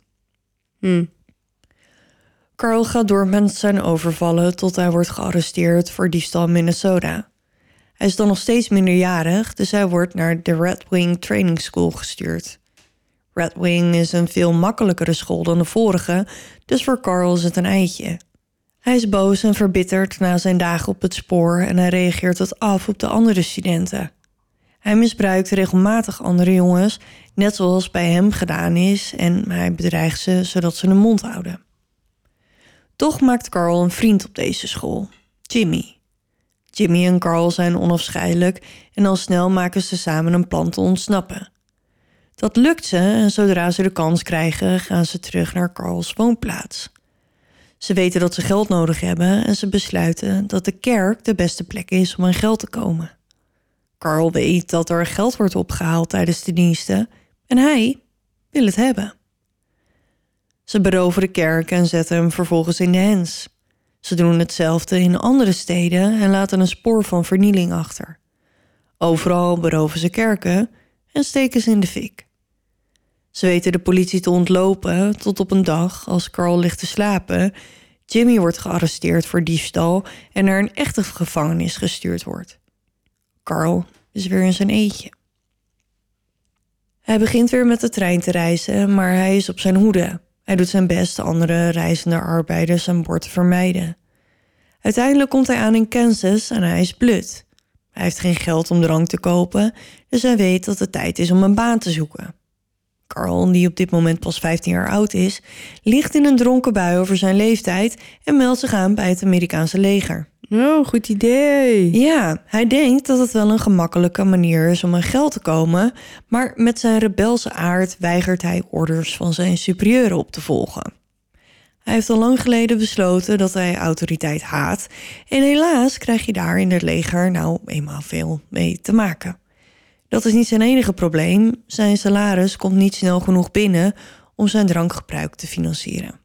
Carl gaat door met zijn overvallen tot hij wordt gearresteerd voor diefstal in Minnesota. Hij is dan nog steeds minderjarig, dus hij wordt naar de Red Wing Training School gestuurd. Red Wing is een veel makkelijkere school dan de vorige, dus voor Carl is het een eitje. Hij is boos en verbitterd na zijn dagen op het spoor en hij reageert het af op de andere studenten. Hij misbruikt regelmatig andere jongens, net zoals bij hem gedaan is, en hij bedreigt ze zodat ze hun mond houden. Toch maakt Carl een vriend op deze school, Jimmy. Jimmy en Carl zijn onafscheidelijk en al snel maken ze samen een plan te ontsnappen. Dat lukt ze en zodra ze de kans krijgen gaan ze terug naar Carls woonplaats. Ze weten dat ze geld nodig hebben en ze besluiten dat de kerk de beste plek is om aan geld te komen. Carl weet dat er geld wordt opgehaald tijdens de diensten en hij wil het hebben. Ze beroven de kerk en zetten hem vervolgens in de hens. Ze doen hetzelfde in andere steden en laten een spoor van vernieling achter. Overal beroven ze kerken en steken ze in de fik. Ze weten de politie te ontlopen tot op een dag als Carl ligt te slapen. Jimmy wordt gearresteerd voor diefstal en naar een echte gevangenis gestuurd wordt. Carl is weer in zijn eentje. Hij begint weer met de trein te reizen, maar hij is op zijn hoede. Hij doet zijn best de andere reizende arbeiders aan boord te vermijden. Uiteindelijk komt hij aan in Kansas en hij is blut. Hij heeft geen geld om drank te kopen, dus hij weet dat het tijd is om een baan te zoeken. Carl, die op dit moment pas 15 jaar oud is, ligt in een dronken bui over zijn leeftijd en meldt zich aan bij het Amerikaanse leger. Oh, goed idee. Ja, hij denkt dat het wel een gemakkelijke manier is om aan geld te komen, maar met zijn rebelse aard weigert hij orders van zijn superieuren op te volgen. Hij heeft al lang geleden besloten dat hij autoriteit haat en helaas krijg je daar in het leger nou eenmaal veel mee te maken. Dat is niet zijn enige probleem, zijn salaris komt niet snel genoeg binnen om zijn drankgebruik te financieren.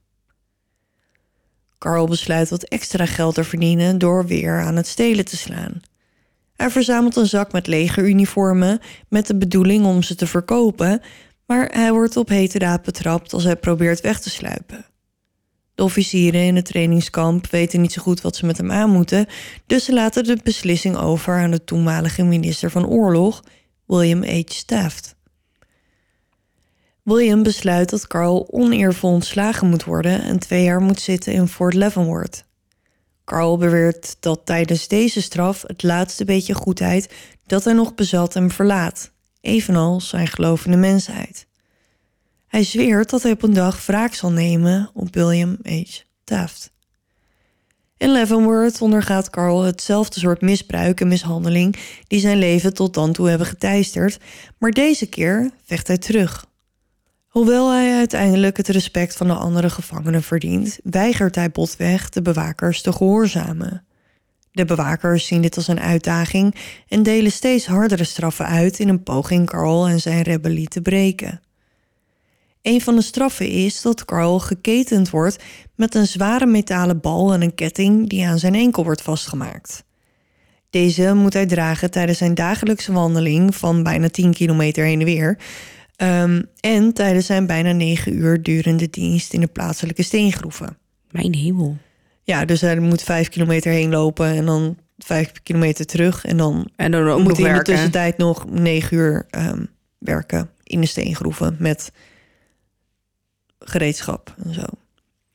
Carl besluit wat extra geld te verdienen door weer aan het stelen te slaan. Hij verzamelt een zak met legeruniformen met de bedoeling om ze te verkopen, maar hij wordt op hete daad betrapt als hij probeert weg te sluipen. De officieren in het trainingskamp weten niet zo goed wat ze met hem aan moeten, dus ze laten de beslissing over aan de toenmalige minister van Oorlog, William H. Taft. William besluit dat Carl oneervol ontslagen moet worden en 2 jaar moet zitten in Fort Leavenworth. Carl beweert dat tijdens deze straf het laatste beetje goedheid dat hij nog bezat hem verlaat, evenals zijn gelovende mensheid. Hij zweert dat hij op een dag wraak zal nemen op William H. Taft. In Leavenworth ondergaat Carl hetzelfde soort misbruik en mishandeling die zijn leven tot dan toe hebben geteisterd, maar deze keer vecht hij terug. Hoewel hij uiteindelijk het respect van de andere gevangenen verdient, weigert hij botweg de bewakers te gehoorzamen. De bewakers zien dit als een uitdaging en delen steeds hardere straffen uit in een poging Carl en zijn rebellie te breken. Een van de straffen is dat Carl geketend wordt met een zware metalen bal en een ketting die aan zijn enkel wordt vastgemaakt. Deze moet hij dragen tijdens zijn dagelijkse wandeling van bijna 10 kilometer heen en weer, en tijdens zijn bijna 9 uur durende dienst in de plaatselijke steengroeven. Mijn hemel. Ja, dus hij moet 5 kilometer heen lopen en dan 5 kilometer terug. En dan ook moet nog hij in de werken. tussentijd nog 9 uur werken in de steengroeven met gereedschap en zo.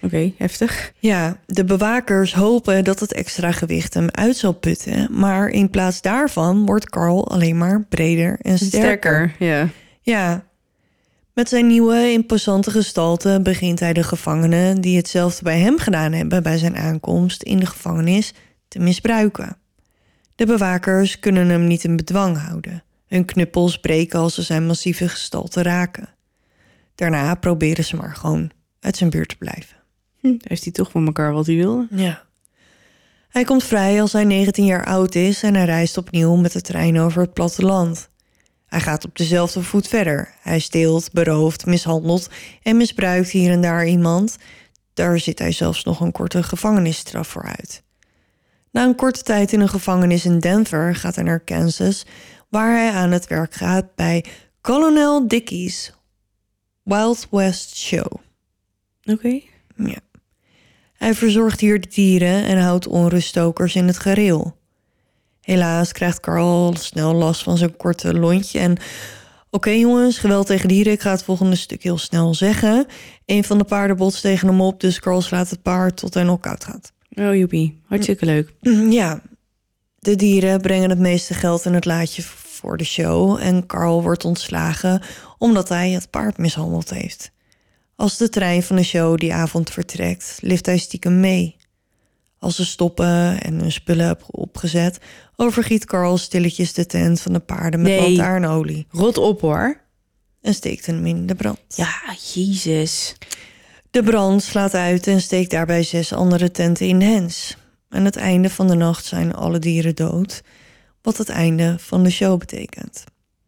Oké, heftig. Ja, de bewakers hopen dat het extra gewicht hem uit zal putten. Maar in plaats daarvan wordt Carl alleen maar breder en sterker. Ja. Ja, met zijn nieuwe imposante gestalte begint hij de gevangenen die hetzelfde bij hem gedaan hebben bij zijn aankomst in de gevangenis te misbruiken. De bewakers kunnen hem niet in bedwang houden. Hun knuppels breken als ze zijn massieve gestalte raken. Daarna proberen ze maar gewoon uit zijn buurt te blijven. Heeft hij toch van elkaar wat hij wilde? Ja. Hij komt vrij als hij 19 jaar oud is en hij reist opnieuw met de trein over het platteland. Hij gaat op dezelfde voet verder. Hij steelt, berooft, mishandelt en misbruikt hier en daar iemand. Daar zit hij zelfs nog een korte gevangenisstraf voor uit. Na een korte tijd in een gevangenis in Denver gaat hij naar Kansas, waar hij aan het werk gaat bij Colonel Dickey's Wild West Show. Oké. Ja. Hij verzorgt hier de dieren en houdt onruststokers in het gareel. Helaas krijgt Carl snel last van zijn korte lontje. En oké, jongens, geweld tegen dieren. Ik ga het volgende stuk heel snel zeggen. Een van de paarden botst tegen hem op, dus Carl slaat het paard tot hij knock-out gaat. Oh, joepie. Hartstikke leuk. Ja, de dieren brengen het meeste geld in het laadje voor de show. En Carl wordt ontslagen omdat hij het paard mishandeld heeft. Als de trein van de show die avond vertrekt, lift hij stiekem mee. Als ze stoppen en hun spullen hebben opgezet, overgiet Carl stilletjes de tent van de paarden met lantaarnolie. Rot op, hoor. En steekt hem in de brand. Ja, jezus. De brand slaat uit en steekt daarbij 6 andere tenten in de hens. Aan het einde van de nacht zijn alle dieren dood, wat het einde van de show betekent.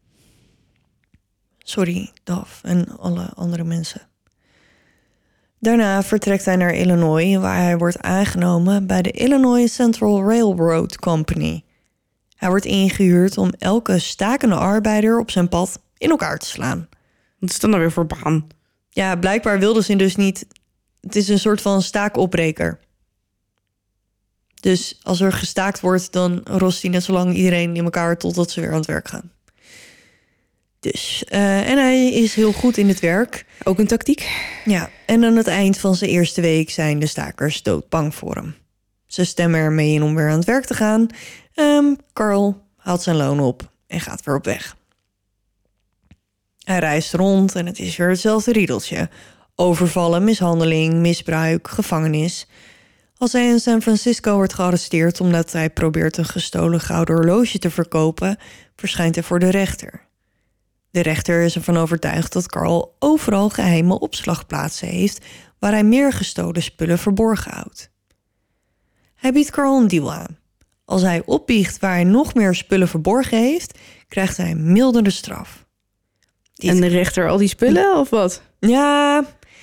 Sorry, Daf en alle andere mensen. Daarna vertrekt hij naar Illinois, waar hij wordt aangenomen bij de Illinois Central Railroad Company. Hij wordt ingehuurd om elke stakende arbeider op zijn pad in elkaar te slaan. Wat is dan nou weer voor baan? Ja, blijkbaar wilden ze dus niet. Het is een soort van staakopbreker. Dus als er gestaakt wordt, dan rost hij net zo lang iedereen in elkaar totdat ze weer aan het werk gaan. Dus, en hij is heel goed in het werk. Ook een tactiek? Ja, en aan het eind van zijn eerste week zijn de stakers doodbang voor hem. Ze stemmen ermee in om weer aan het werk te gaan. Carl haalt zijn loon op en gaat weer op weg. Hij reist rond en het is weer hetzelfde riedeltje. Overvallen, mishandeling, misbruik, gevangenis. Als hij in San Francisco wordt gearresteerd omdat hij probeert een gestolen gouden horloge te verkopen, verschijnt hij voor de rechter. De rechter is ervan overtuigd dat Carl overal geheime opslagplaatsen heeft waar hij meer gestolen spullen verborgen houdt. Hij biedt Carl een deal aan. Als hij opbiecht waar hij nog meer spullen verborgen heeft, krijgt hij een mildere straf. En de rechter al die spullen, of wat? Ja,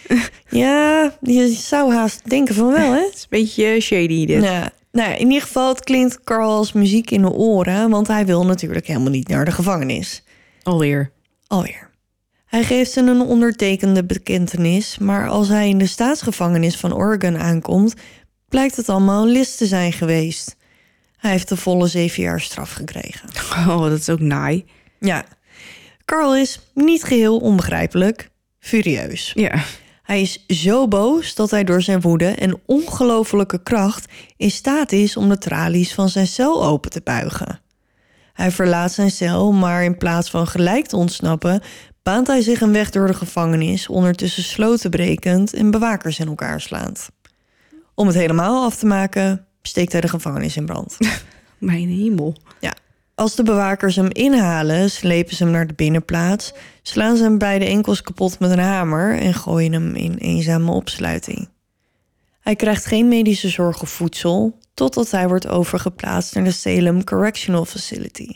je zou haast denken van wel, hè? Het is een beetje shady, dit. Nou, in ieder geval, het klinkt Carl als muziek in de oren, want hij wil natuurlijk helemaal niet naar de gevangenis. Alweer. Hij geeft ze een ondertekende bekentenis, maar als hij in de staatsgevangenis van Oregon aankomt, blijkt het allemaal een list te zijn geweest. Hij heeft de volle 7 jaar straf gekregen. Oh, dat is ook naai. Ja, Carl is niet geheel onbegrijpelijk, furieus. Ja. Hij is zo boos dat hij door zijn woede en ongelofelijke kracht in staat is om de tralies van zijn cel open te buigen. Hij verlaat zijn cel, maar in plaats van gelijk te ontsnappen, baant hij zich een weg door de gevangenis, ondertussen sloten brekend en bewakers in elkaar slaand. Om het helemaal af te maken, steekt hij de gevangenis in brand. Mijn hemel. Ja. Als de bewakers hem inhalen, slepen ze hem naar de binnenplaats, slaan ze hem beide enkels kapot met een hamer en gooien hem in eenzame opsluiting. Hij krijgt geen medische zorg of voedsel, totdat hij wordt overgeplaatst naar de Salem Correctional Facility.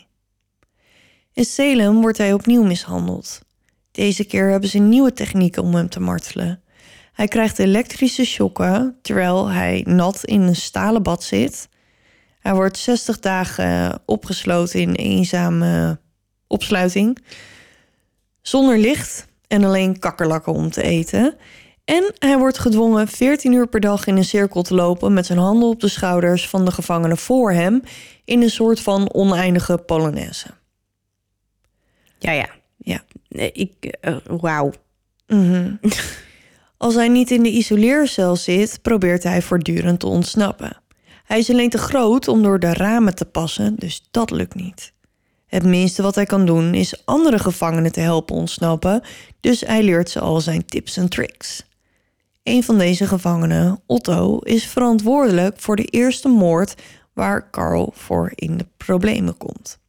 In Salem wordt hij opnieuw mishandeld. Deze keer hebben ze nieuwe technieken om hem te martelen. Hij krijgt elektrische shocken terwijl hij nat in een stalen bad zit. Hij wordt 60 dagen opgesloten in eenzame opsluiting, zonder licht en alleen kakkerlakken om te eten. En hij wordt gedwongen 14 uur per dag in een cirkel te lopen met zijn handen op de schouders van de gevangenen voor hem in een soort van oneindige polonaise. Ja. Ja. Nee, wauw. Mm-hmm. Als hij niet in de isoleercel zit, probeert hij voortdurend te ontsnappen. Hij is alleen te groot om door de ramen te passen, dus dat lukt niet. Het minste wat hij kan doen is andere gevangenen te helpen ontsnappen, dus hij leert ze al zijn tips en tricks. Een van deze gevangenen, Otto, is verantwoordelijk voor de eerste moord waar Carl voor in de problemen komt.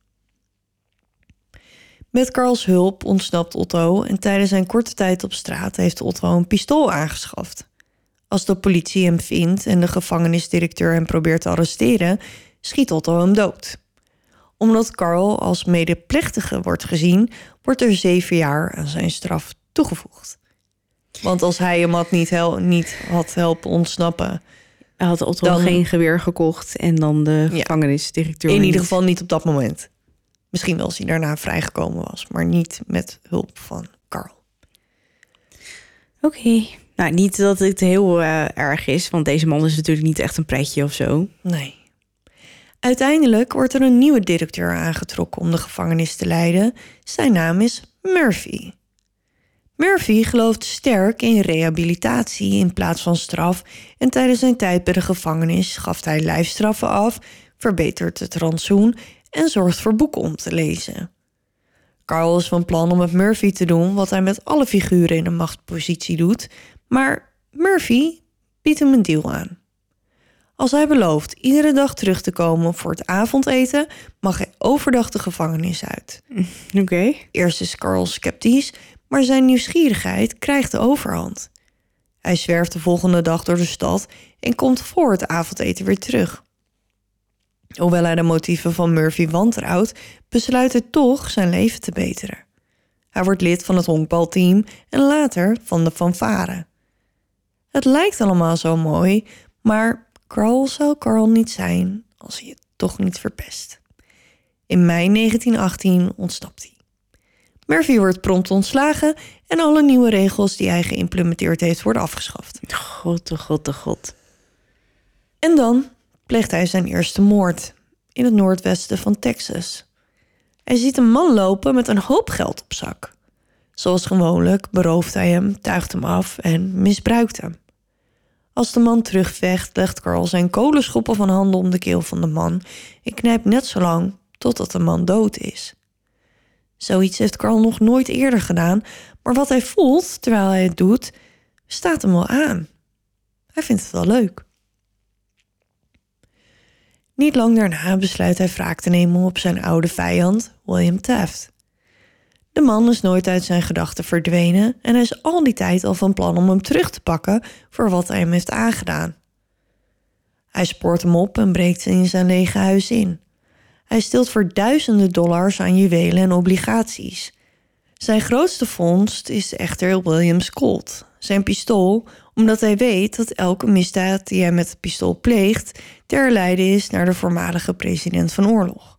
Met Carls hulp ontsnapt Otto en tijdens zijn korte tijd op straat heeft Otto een pistool aangeschaft. Als de politie hem vindt en de gevangenisdirecteur hem probeert te arresteren, schiet Otto hem dood. Omdat Carl als medeplichtige wordt gezien, wordt er 7 jaar aan zijn straf toegevoegd. Want als hij hem niet had helpen ontsnappen, Had Otto geen geweer gekocht en dan de gevangenisdirecteur in ieder geval niet op dat moment. Misschien wel als hij daarna vrijgekomen was, maar niet met hulp van Carl. Oké. Nou, niet dat het heel erg is, want deze man is natuurlijk niet echt een pretje of zo. Nee. Uiteindelijk wordt er een nieuwe directeur aangetrokken om de gevangenis te leiden. Zijn naam is Murphy. Murphy gelooft sterk in rehabilitatie in plaats van straf en tijdens zijn tijd bij de gevangenis schaft hij lijfstraffen af, verbetert het rantsoen en zorgt voor boeken om te lezen. Carl is van plan om met Murphy te doen wat hij met alle figuren in een machtspositie doet, maar Murphy biedt hem een deal aan. Als hij belooft iedere dag terug te komen voor het avondeten, mag hij overdag de gevangenis uit. Oké. Eerst is Carl sceptisch, maar zijn nieuwsgierigheid krijgt de overhand. Hij zwerft de volgende dag door de stad en komt voor het avondeten weer terug. Hoewel hij de motieven van Murphy wantrouwt, besluit hij toch zijn leven te beteren. Hij wordt lid van het honkbalteam en later van de fanfare. Het lijkt allemaal zo mooi, maar Carl zou Carl niet zijn als hij het toch niet verpest. In mei 1918 ontsnapt hij. Murphy wordt prompt ontslagen en alle nieuwe regels die hij geïmplementeerd heeft worden afgeschaft. God, oh god, oh god. En dan pleegt hij zijn eerste moord in het noordwesten van Texas. Hij ziet een man lopen met een hoop geld op zak. Zoals gewoonlijk berooft hij hem, tuigt hem af en misbruikt hem. Als de man terugvecht, legt Carl zijn kolenschoppen van handen om de keel van de man en knijpt net zo lang totdat de man dood is. Zoiets heeft Carl nog nooit eerder gedaan, maar wat hij voelt terwijl hij het doet, staat hem wel aan. Hij vindt het wel leuk. Niet lang daarna besluit hij wraak te nemen op zijn oude vijand, William Taft. De man is nooit uit zijn gedachten verdwenen en hij is al die tijd al van plan om hem terug te pakken voor wat hij hem heeft aangedaan. Hij spoort hem op en breekt in zijn lege huis in. Hij steelt voor duizenden dollars aan juwelen en obligaties. Zijn grootste vondst is echter Williams Colt, zijn pistool, omdat hij weet dat elke misdaad die hij met het pistool pleegt te herleiden is naar de voormalige president van oorlog.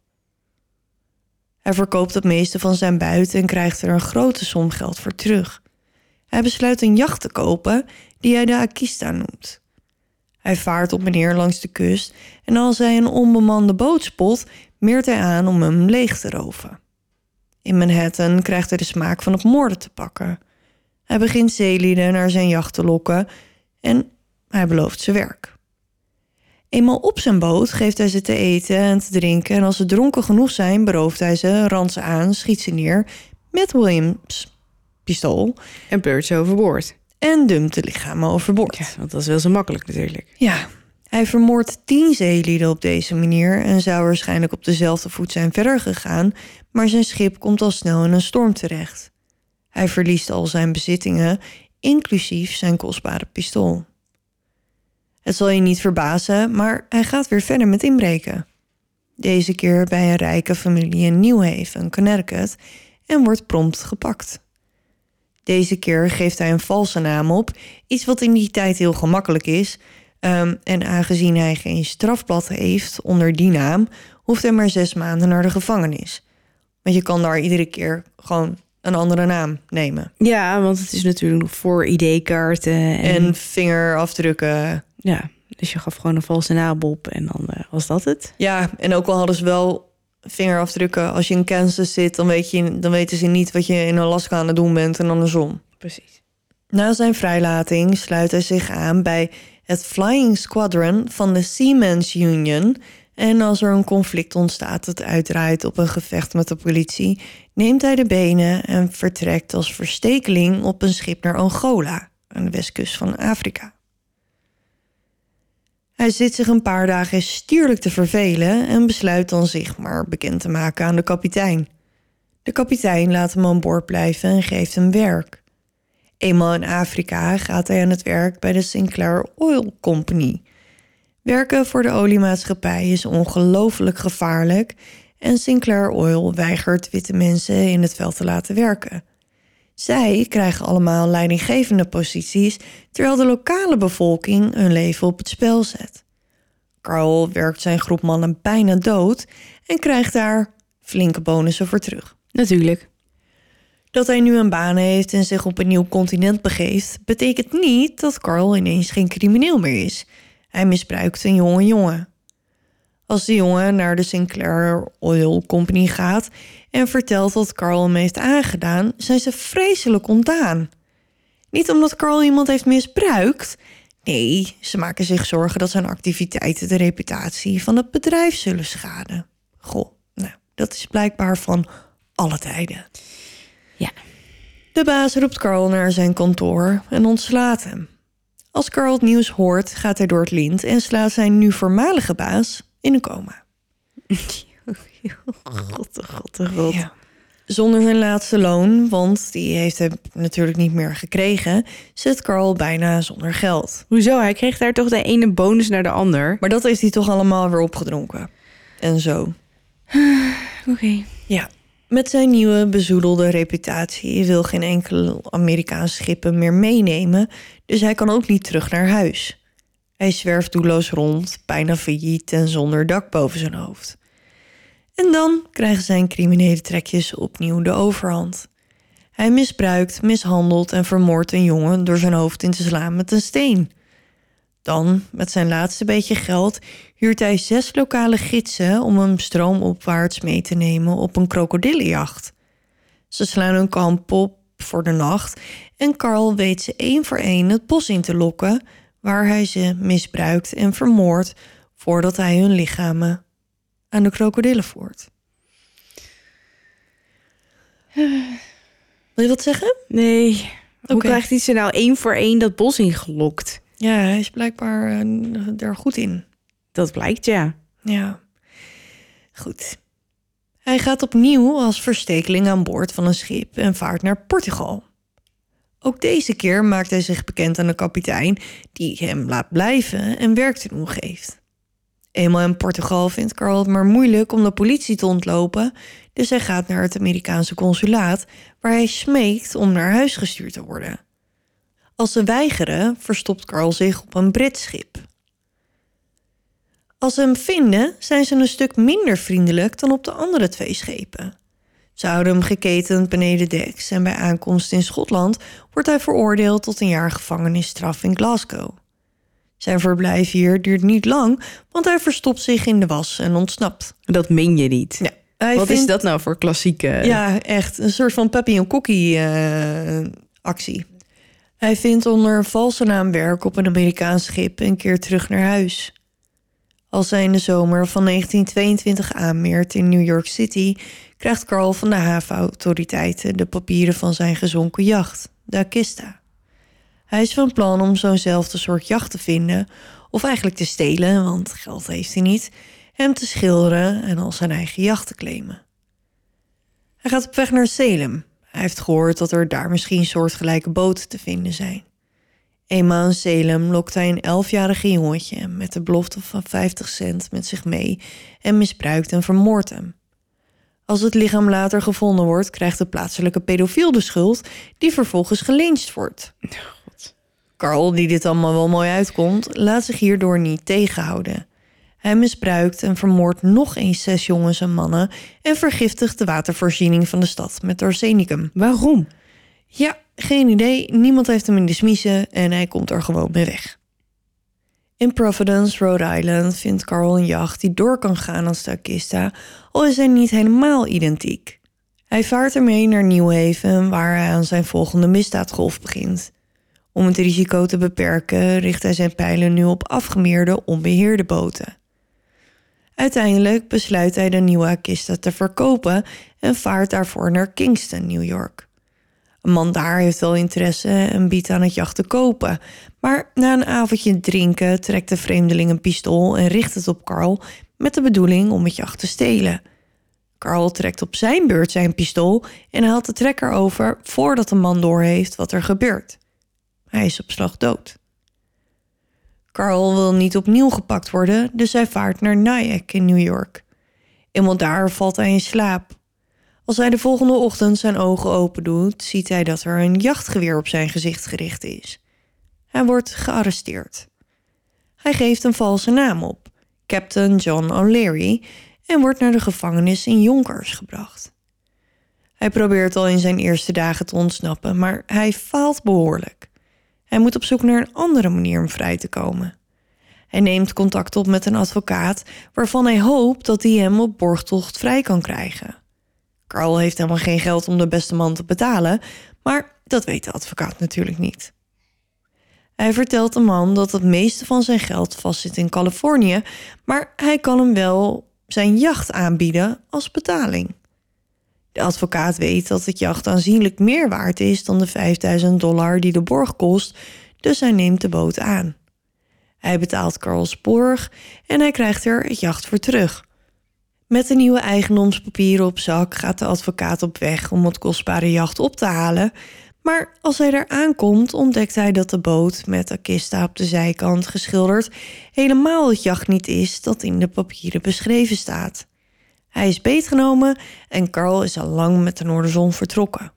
Hij verkoopt het meeste van zijn buit en krijgt er een grote som geld voor terug. Hij besluit een jacht te kopen die hij de Akista noemt. Hij vaart op en neer langs de kust en als hij een onbemande boot spot, meert hij aan om hem leeg te roven. In Manhattan krijgt hij de smaak van het moorden te pakken. Hij begint zeelieden naar zijn jacht te lokken en hij belooft ze werk. Eenmaal op zijn boot geeft hij ze te eten en te drinken en als ze dronken genoeg zijn, berooft hij ze, randt ze aan, schiet ze neer met Williams' pistool En pleurt ze overboord. en dumpt de lichamen overboord. Ja, want dat is wel zo makkelijk natuurlijk. Ja, hij vermoordt 10 zeelieden op deze manier en zou waarschijnlijk op dezelfde voet zijn verder gegaan, maar zijn schip komt al snel in een storm terecht. Hij verliest al zijn bezittingen, inclusief zijn kostbare pistool. Het zal je niet verbazen, maar hij gaat weer verder met inbreken. Deze keer bij een rijke familie in New Haven, Connecticut, en wordt prompt gepakt. Deze keer geeft hij een valse naam op, iets wat in die tijd heel gemakkelijk is. En aangezien hij geen strafblad heeft onder die naam, hoeft hij maar 6 maanden naar de gevangenis. Want je kan daar iedere keer gewoon een andere naam nemen. Ja, want het is natuurlijk nog voor ID-kaarten. En vingerafdrukken. Ja, dus je gaf gewoon een valse naam op en dan was dat het. Ja, en ook al hadden ze wel vingerafdrukken. Als je in Kansas zit, dan weten ze niet wat je in Alaska aan het doen bent en andersom. Precies. Na zijn vrijlating sluit hij zich aan bij het Flying Squadron van de Seamen's Union. En als er een conflict ontstaat dat uitdraait op een gevecht met de politie, neemt hij de benen en vertrekt als verstekeling op een schip naar Angola, aan de westkust van Afrika. Hij zit zich een paar dagen stierlijk te vervelen en besluit dan zich maar bekend te maken aan de kapitein. De kapitein laat hem aan boord blijven en geeft hem werk. Eenmaal in Afrika gaat hij aan het werk bij de Sinclair Oil Company. Werken voor de oliemaatschappij is ongelooflijk gevaarlijk en Sinclair Oil weigert witte mensen in het veld te laten werken. Zij krijgen allemaal leidinggevende posities, terwijl de lokale bevolking hun leven op het spel zet. Carl werkt zijn groep mannen bijna dood en krijgt daar flinke bonussen voor terug. Natuurlijk. Dat hij nu een baan heeft en zich op een nieuw continent begeeft, betekent niet dat Carl ineens geen crimineel meer is. Hij misbruikt een jonge jongen. Als de jongen naar de Sinclair Oil Company gaat en vertelt wat Carl hem heeft aangedaan, zijn ze vreselijk ontdaan. Niet omdat Carl iemand heeft misbruikt. Nee, ze maken zich zorgen dat zijn activiteiten de reputatie van het bedrijf zullen schaden. Goh, nou, dat is blijkbaar van alle tijden. Ja. De baas roept Carl naar zijn kantoor en ontslaat hem. Als Carl het nieuws hoort, gaat hij door het lint en slaat zijn nu voormalige baas in een coma. God. Ja. Zonder zijn laatste loon, want die heeft hij natuurlijk niet meer gekregen, zit Carl bijna zonder geld. Hoezo? Hij kreeg daar toch de ene bonus naar de ander? Maar dat heeft hij toch allemaal weer opgedronken. En zo. Oké. Ja. Met zijn nieuwe bezoedelde reputatie wil geen enkel Amerikaans schip hem meer meenemen, dus hij kan ook niet terug naar huis. Hij zwerft doelloos rond, bijna failliet en zonder dak boven zijn hoofd. En dan krijgen zijn criminele trekjes opnieuw de overhand. Hij misbruikt, mishandelt en vermoordt een jongen door zijn hoofd in te slaan met een steen. Dan, met zijn laatste beetje geld, huurt hij 6 lokale gidsen om hem stroomopwaarts mee te nemen op een krokodillenjacht. Ze slaan hun kamp op voor de nacht en Carl weet ze 1 voor 1 het bos in te lokken, waar hij ze misbruikt en vermoordt voordat hij hun lichamen aan de krokodillen voert. Wil je wat zeggen? Nee. Hoe Oké. krijgt hij ze nou 1 voor 1 dat bos ingelokt? Ja, hij is blijkbaar daar goed in. Dat blijkt, ja. Ja. Goed. Hij gaat opnieuw als verstekeling aan boord van een schip en vaart naar Portugal. Ook deze keer maakt hij zich bekend aan de kapitein, die hem laat blijven en werk te doen geeft. Eenmaal in Portugal vindt Carl het maar moeilijk om de politie te ontlopen, dus hij gaat naar het Amerikaanse consulaat, waar hij smeekt om naar huis gestuurd te worden. Als ze weigeren, verstopt Carl zich op een Brits schip. Als ze hem vinden, zijn ze een stuk minder vriendelijk dan op de andere 2 schepen. Ze houden hem geketend beneden deks en bij aankomst in Schotland wordt hij veroordeeld tot een jaar gevangenisstraf in Glasgow. Zijn verblijf hier duurt niet lang, want hij verstopt zich in de was en ontsnapt. Dat meen je niet. Ja, Wat is dat nou voor klassieke... Ja, echt. Een soort van Peppy en Kokkie actie. Hij vindt onder een valse naam werk op een Amerikaans schip en keert terug naar huis. Als hij in de zomer van 1922 aanmeert in New York City, krijgt Carl van de havenautoriteiten de papieren van zijn gezonken jacht, de Akista. Hij is van plan om zo'nzelfde soort jacht te vinden, of eigenlijk te stelen, want geld heeft hij niet, hem te schilderen en als zijn eigen jacht te claimen. Hij gaat op weg naar Salem. Hij heeft gehoord dat er daar misschien soortgelijke boten te vinden zijn. Eenmaal in Salem lokt hij een 11-jarige jongetje met de belofte van 50 cent met zich mee en misbruikt en vermoordt hem. Als het lichaam later gevonden wordt, krijgt de plaatselijke pedofiel de schuld, die vervolgens gelyncht wordt. Carl, die dit allemaal wel mooi uitkomt, laat zich hierdoor niet tegenhouden. Hij misbruikt en vermoordt nog eens 6 jongens en mannen en vergiftigt de watervoorziening van de stad met arsenicum. Waarom? Ja, geen idee. Niemand heeft hem in de smiezen en hij komt er gewoon mee weg. In Providence, Rhode Island, vindt Carl een jacht die door kan gaan als de Akista, al is hij niet helemaal identiek. Hij vaart ermee naar New Haven, waar hij aan zijn volgende misdaadgolf begint. Om het risico te beperken richt hij zijn pijlen nu op afgemeerde, onbeheerde boten. Uiteindelijk besluit hij de nieuwe Akista te verkopen en vaart daarvoor naar Kingston, New York. Een man daar heeft wel interesse en biedt aan het jacht te kopen. Maar na een avondje drinken trekt de vreemdeling een pistool en richt het op Carl met de bedoeling om het jacht te stelen. Carl trekt op zijn beurt zijn pistool en haalt de trekker over voordat de man doorheeft wat er gebeurt. Hij is op slag dood. Carl wil niet opnieuw gepakt worden, dus hij vaart naar Nyack in New York. Eenmaal daar valt hij in slaap. Als hij de volgende ochtend zijn ogen open doet, ziet hij dat er een jachtgeweer op zijn gezicht gericht is. Hij wordt gearresteerd. Hij geeft een valse naam op, Captain John O'Leary, en wordt naar de gevangenis in Yonkers gebracht. Hij probeert al in zijn eerste dagen te ontsnappen, maar hij faalt behoorlijk. Hij moet op zoek naar een andere manier om vrij te komen. Hij neemt contact op met een advocaat waarvan hij hoopt dat hij hem op borgtocht vrij kan krijgen. Carl heeft helemaal geen geld om de beste man te betalen, maar dat weet de advocaat natuurlijk niet. Hij vertelt de man dat het meeste van zijn geld vastzit in Californië, maar hij kan hem wel zijn jacht aanbieden als betaling. De advocaat weet dat het jacht aanzienlijk meer waard is dan de $5.000 die de borg kost, dus hij neemt de boot aan. Hij betaalt Carl's borg en hij krijgt er het jacht voor terug. Met de nieuwe eigendomspapieren op zak gaat de advocaat op weg om het kostbare jacht op te halen, maar als hij daar aankomt ontdekt hij dat de boot met Akista op de zijkant geschilderd helemaal het jacht niet is dat in de papieren beschreven staat. Hij is beetgenomen en Carl is al lang met de Noorderzon vertrokken.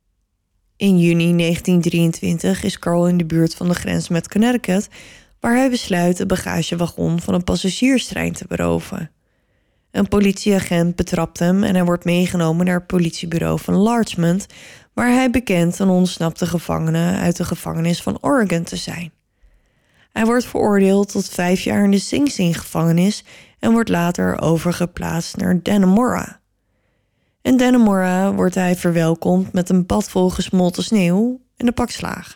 In juni 1923 is Carl in de buurt van de grens met Connecticut, waar hij besluit de bagagewagon van een passagierstrein te beroven. Een politieagent betrapt hem en hij wordt meegenomen naar het politiebureau van Larchmont, waar hij bekend een ontsnapte gevangene uit de gevangenis van Oregon te zijn. Hij wordt veroordeeld tot 5 jaar in de Sing Sing-gevangenis en wordt later overgeplaatst naar Dannemora. In Dannemora wordt hij verwelkomd met een bad vol gesmolten sneeuw en een pak slaag.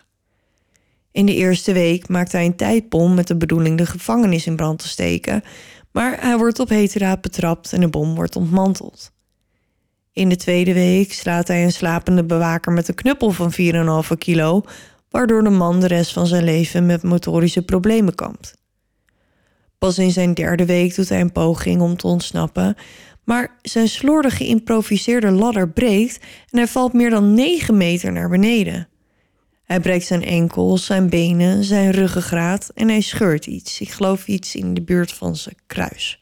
In de eerste week maakt hij een tijdbom met de bedoeling de gevangenis in brand te steken, maar hij wordt op heterdaad betrapt en de bom wordt ontmanteld. In de tweede week slaat hij een slapende bewaker met een knuppel van 4,5 kilo, waardoor de man de rest van zijn leven met motorische problemen kampt. Pas in zijn derde week doet hij een poging om te ontsnappen, maar zijn slordig geïmproviseerde ladder breekt en hij valt meer dan 9 meter naar beneden. Hij breekt zijn enkels, zijn benen, zijn ruggengraat en hij scheurt iets. Ik geloof iets in de buurt van zijn kruis.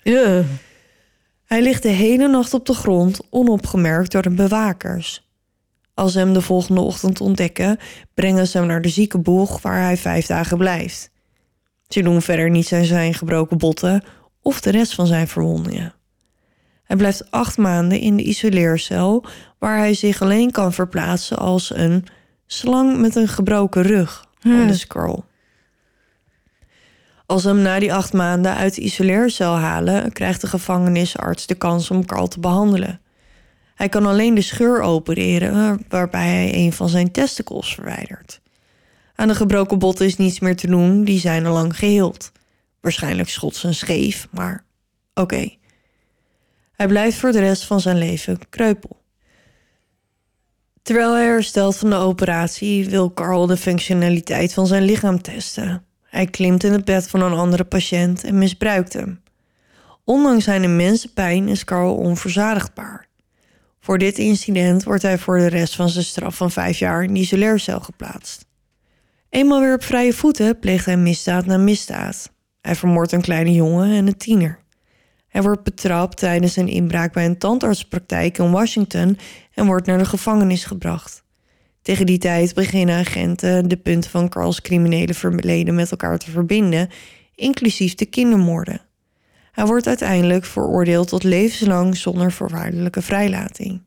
Hij ligt de hele nacht op de grond, onopgemerkt door de bewakers. Als ze hem de volgende ochtend ontdekken, brengen ze hem naar de ziekenboeg waar hij 5 dagen blijft. Ze doen verder niets aan zijn gebroken botten of de rest van zijn verwondingen. Hij blijft 8 maanden in de isoleercel, waar hij zich alleen kan verplaatsen als een slang met een gebroken rug, dus Carl. Als ze hem na die 8 maanden uit de isoleercel halen, krijgt de gevangenisarts de kans om Carl te behandelen. Hij kan alleen de scheur opereren, waarbij hij een van zijn testikels verwijdert. Aan de gebroken botten is niets meer te doen, die zijn al lang geheeld. Waarschijnlijk schots en scheef, maar oké. Hij blijft voor de rest van zijn leven kreupel. Terwijl hij herstelt van de operatie, wil Carl de functionaliteit van zijn lichaam testen. Hij klimt in het bed van een andere patiënt en misbruikt hem. Ondanks zijn immense pijn is Carl onverzadigbaar. Voor dit incident wordt hij voor de rest van zijn straf van 5 jaar in de isoleercel geplaatst. Eenmaal weer op vrije voeten pleegt hij misdaad na misdaad. Hij vermoordt een kleine jongen en een tiener. Hij wordt betrapt tijdens een inbraak bij een tandartspraktijk in Washington en wordt naar de gevangenis gebracht. Tegen die tijd beginnen agenten de punten van Carls criminele verleden met elkaar te verbinden, inclusief de kindermoorden. Hij wordt uiteindelijk veroordeeld tot levenslang zonder voorwaardelijke vrijlating.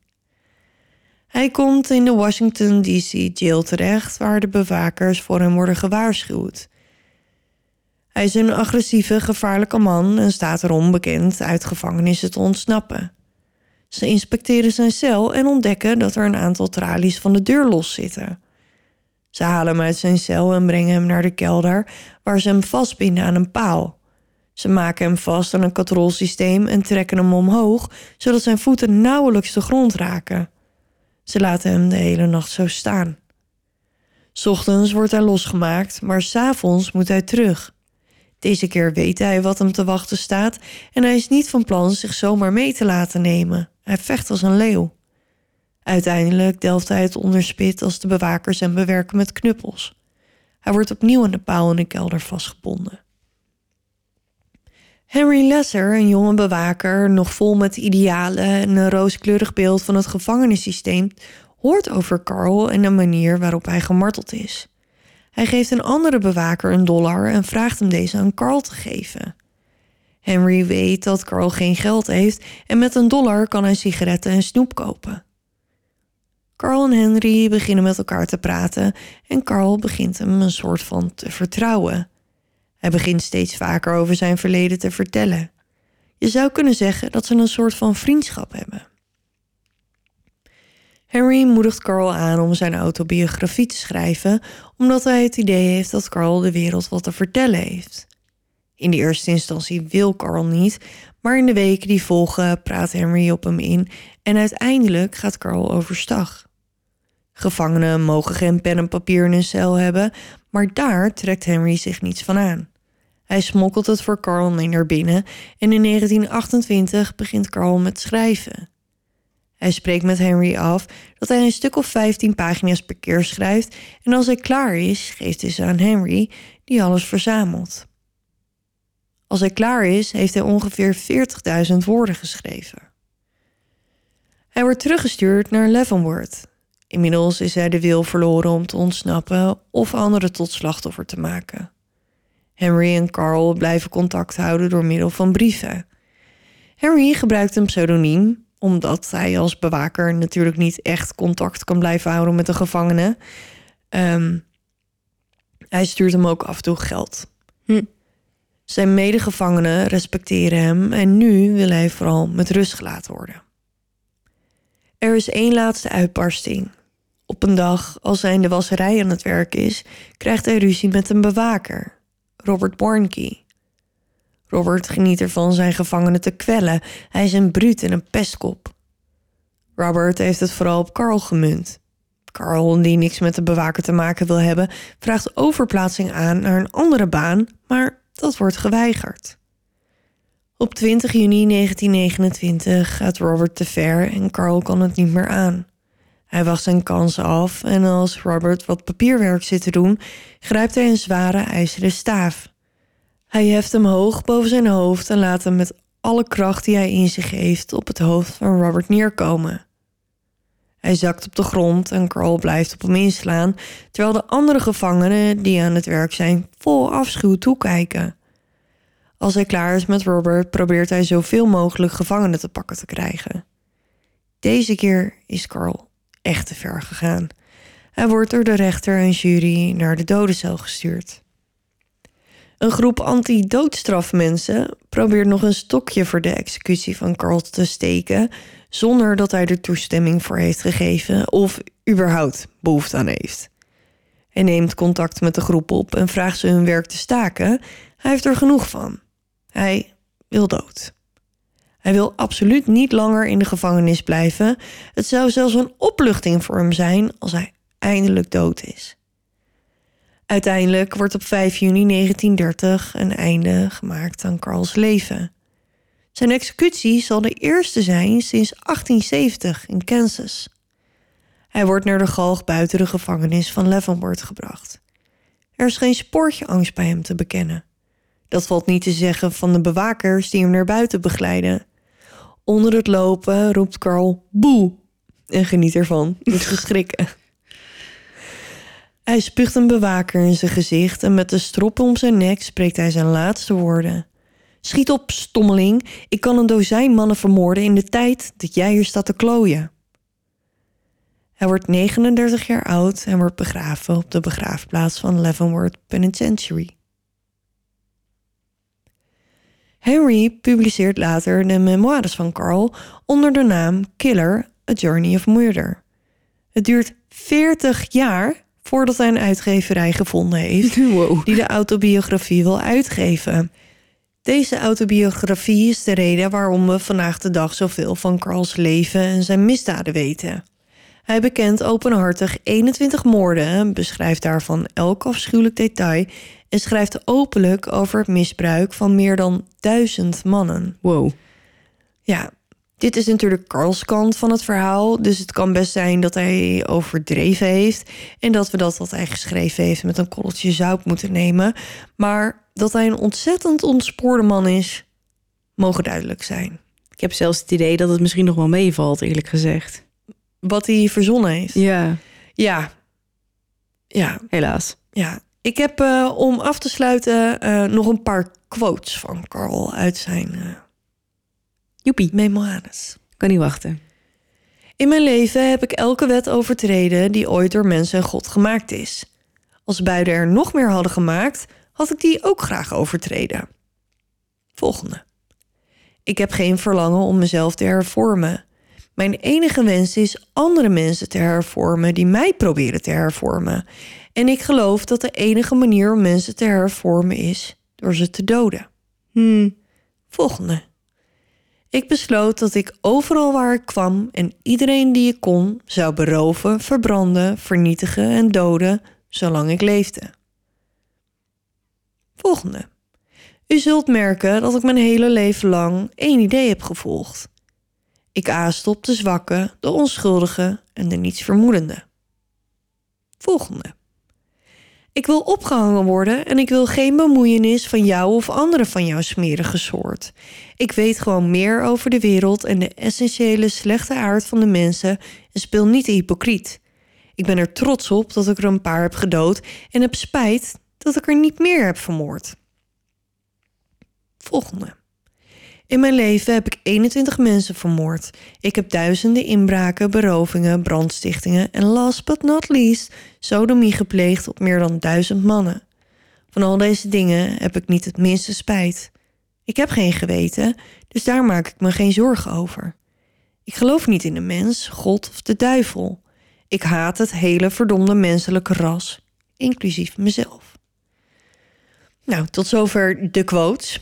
Hij komt in de Washington D.C. jail terecht, waar de bewakers voor hem worden gewaarschuwd. Hij is een agressieve, gevaarlijke man en staat erom bekend uit gevangenissen te ontsnappen. Ze inspecteren zijn cel en ontdekken dat er een aantal tralies van de deur loszitten. Ze halen hem uit zijn cel en brengen hem naar de kelder, waar ze hem vastbinden aan een paal. Ze maken hem vast aan een katrolsysteem en trekken hem omhoog, zodat zijn voeten nauwelijks de grond raken. Ze laten hem de hele nacht zo staan. 's Ochtends wordt hij losgemaakt, maar 's avonds moet hij terug. Deze keer weet hij wat hem te wachten staat en hij is niet van plan zich zomaar mee te laten nemen. Hij vecht als een leeuw. Uiteindelijk delft hij het onderspit als de bewakers hem bewerken met knuppels. Hij wordt opnieuw aan de paal in de kelder vastgebonden. Henry Lesser, een jonge bewaker, nog vol met idealen en een rooskleurig beeld van het gevangenissysteem, hoort over Carl en de manier waarop hij gemarteld is. Hij geeft een andere bewaker $1 en vraagt hem deze aan Carl te geven. Henry weet dat Carl geen geld heeft en met $1 kan hij sigaretten en snoep kopen. Carl en Henry beginnen met elkaar te praten en Carl begint hem een soort van te vertrouwen. Hij begint steeds vaker over zijn verleden te vertellen. Je zou kunnen zeggen dat ze een soort van vriendschap hebben. Henry moedigt Carl aan om zijn autobiografie te schrijven, omdat hij het idee heeft dat Carl de wereld wat te vertellen heeft. In de eerste instantie wil Carl niet, maar in de weken die volgen praat Henry op hem in en uiteindelijk gaat Carl overstag. Gevangenen mogen geen pen en papier in hun cel hebben, maar daar trekt Henry zich niets van aan. Hij smokkelt het voor Carl mee naar binnen en in 1928 begint Carl met schrijven. Hij spreekt met Henry af dat hij een stuk of 15 pagina's per keer schrijft en als hij klaar is, geeft hij ze aan Henry, die alles verzamelt. Als hij klaar is, heeft hij ongeveer 40.000 woorden geschreven. Hij wordt teruggestuurd naar Leavenworth. Inmiddels is hij de wil verloren om te ontsnappen of anderen tot slachtoffer te maken. Henry en Carl blijven contact houden door middel van brieven. Henry gebruikt een pseudoniem, omdat hij als bewaker natuurlijk niet echt contact kan blijven houden met de gevangenen. Hij stuurt hem ook af en toe geld. Zijn medegevangenen respecteren hem en nu wil hij vooral met rust gelaten worden. Er is één laatste uitbarsting. Op een dag, als hij in de wasserij aan het werk is, krijgt hij ruzie met een bewaker, Robert Warnke. Robert geniet ervan zijn gevangenen te kwellen. Hij is een bruut en een pestkop. Robert heeft het vooral op Carl gemunt. Carl, die niks met de bewaker te maken wil hebben, vraagt overplaatsing aan naar een andere baan, maar dat wordt geweigerd. Op 20 juni 1929 gaat Robert te ver en Carl kan het niet meer aan. Hij wacht zijn kansen af en als Robert wat papierwerk zit te doen, grijpt hij een zware ijzeren staaf. Hij heft hem hoog boven zijn hoofd en laat hem met alle kracht die hij in zich heeft op het hoofd van Robert neerkomen. Hij zakt op de grond en Carl blijft op hem inslaan, terwijl de andere gevangenen die aan het werk zijn vol afschuw toekijken. Als hij klaar is met Robert, probeert hij zoveel mogelijk gevangenen te pakken te krijgen. Deze keer is Carl echt te ver gegaan. Hij wordt door de rechter en jury naar de dodencel gestuurd. Een groep anti-doodstrafmensen probeert nog een stokje voor de executie van Carl te steken, zonder dat hij er toestemming voor heeft gegeven of überhaupt behoefte aan heeft. Hij neemt contact met de groep op en vraagt ze hun werk te staken. Hij heeft er genoeg van. Hij wil dood. Hij wil absoluut niet langer in de gevangenis blijven. Het zou zelfs een opluchting voor hem zijn als hij eindelijk dood is. Uiteindelijk wordt op 5 juni 1930 een einde gemaakt aan Carls leven. Zijn executie zal de eerste zijn sinds 1870 in Kansas. Hij wordt naar de galg buiten de gevangenis van Leavenworth gebracht. Er is geen spoortje angst bij hem te bekennen. Dat valt niet te zeggen van de bewakers die hem naar buiten begeleiden. Onder het lopen roept Carl boe en geniet ervan door te schrikken. Hij spuugt een bewaker in zijn gezicht en met de strop om zijn nek spreekt hij zijn laatste woorden. Schiet op, stommeling, ik kan 12 mannen vermoorden in de tijd dat jij hier staat te klooien. Hij wordt 39 jaar oud en wordt begraven op de begraafplaats van Leavenworth Penitentiary. Henry publiceert later de memoires van Carl onder de naam Killer: A Journey of Murder. Het duurt 40 jaar voordat hij een uitgeverij gevonden heeft Wow. die de autobiografie wil uitgeven. Deze autobiografie is de reden waarom we vandaag de dag zoveel van Carls leven en zijn misdaden weten. Hij bekent openhartig 21 moorden, beschrijft daarvan elk afschuwelijk detail en schrijft openlijk over het misbruik van meer dan 1000 mannen. Wow. Ja, dit is natuurlijk Carls kant van het verhaal, dus het kan best zijn dat hij overdreven heeft en dat we dat wat hij geschreven heeft met een korreltje zout moeten nemen. Maar dat hij een ontzettend ontspoorde man is, mogen duidelijk zijn. Ik heb zelfs het idee dat het misschien nog wel meevalt, eerlijk gezegd. Wat hij verzonnen heeft. Ja, Ja. helaas. Ik heb om af te sluiten nog een paar quotes van Carl uit zijn Joepie, memoires. kan niet wachten. In mijn leven heb ik elke wet overtreden die ooit door mensen en God gemaakt is. Als beide er nog meer hadden gemaakt, had ik die ook graag overtreden. Volgende. Ik heb geen verlangen om mezelf te hervormen. Mijn enige wens is andere mensen te hervormen die mij proberen te hervormen. En ik geloof dat de enige manier om mensen te hervormen is door ze te doden. Volgende. Ik besloot dat ik overal waar ik kwam en iedereen die ik kon zou beroven, verbranden, vernietigen en doden zolang ik leefde. Volgende. U zult merken dat ik mijn hele leven lang één idee heb gevolgd. Ik aaste op de zwakken, de onschuldigen en de nietsvermoedenden. Volgende. Ik wil opgehangen worden en ik wil geen bemoeienis van jou of anderen van jouw smerige soort. Ik weet gewoon meer over de wereld en de essentiële slechte aard van de mensen en speel niet de hypocriet. Ik ben er trots op dat ik er een paar heb gedood en heb spijt dat ik er niet meer heb vermoord. Volgende. In mijn leven heb ik 21 mensen vermoord. Ik heb duizenden inbraken, berovingen, brandstichtingen en last but not least sodomie gepleegd op meer dan 1000 mannen. Van al deze dingen heb ik niet het minste spijt. Ik heb geen geweten, dus daar maak ik me geen zorgen over. Ik geloof niet in de mens, God of de duivel. Ik haat het hele verdomde menselijke ras, inclusief mezelf. Nou, tot zover de quotes.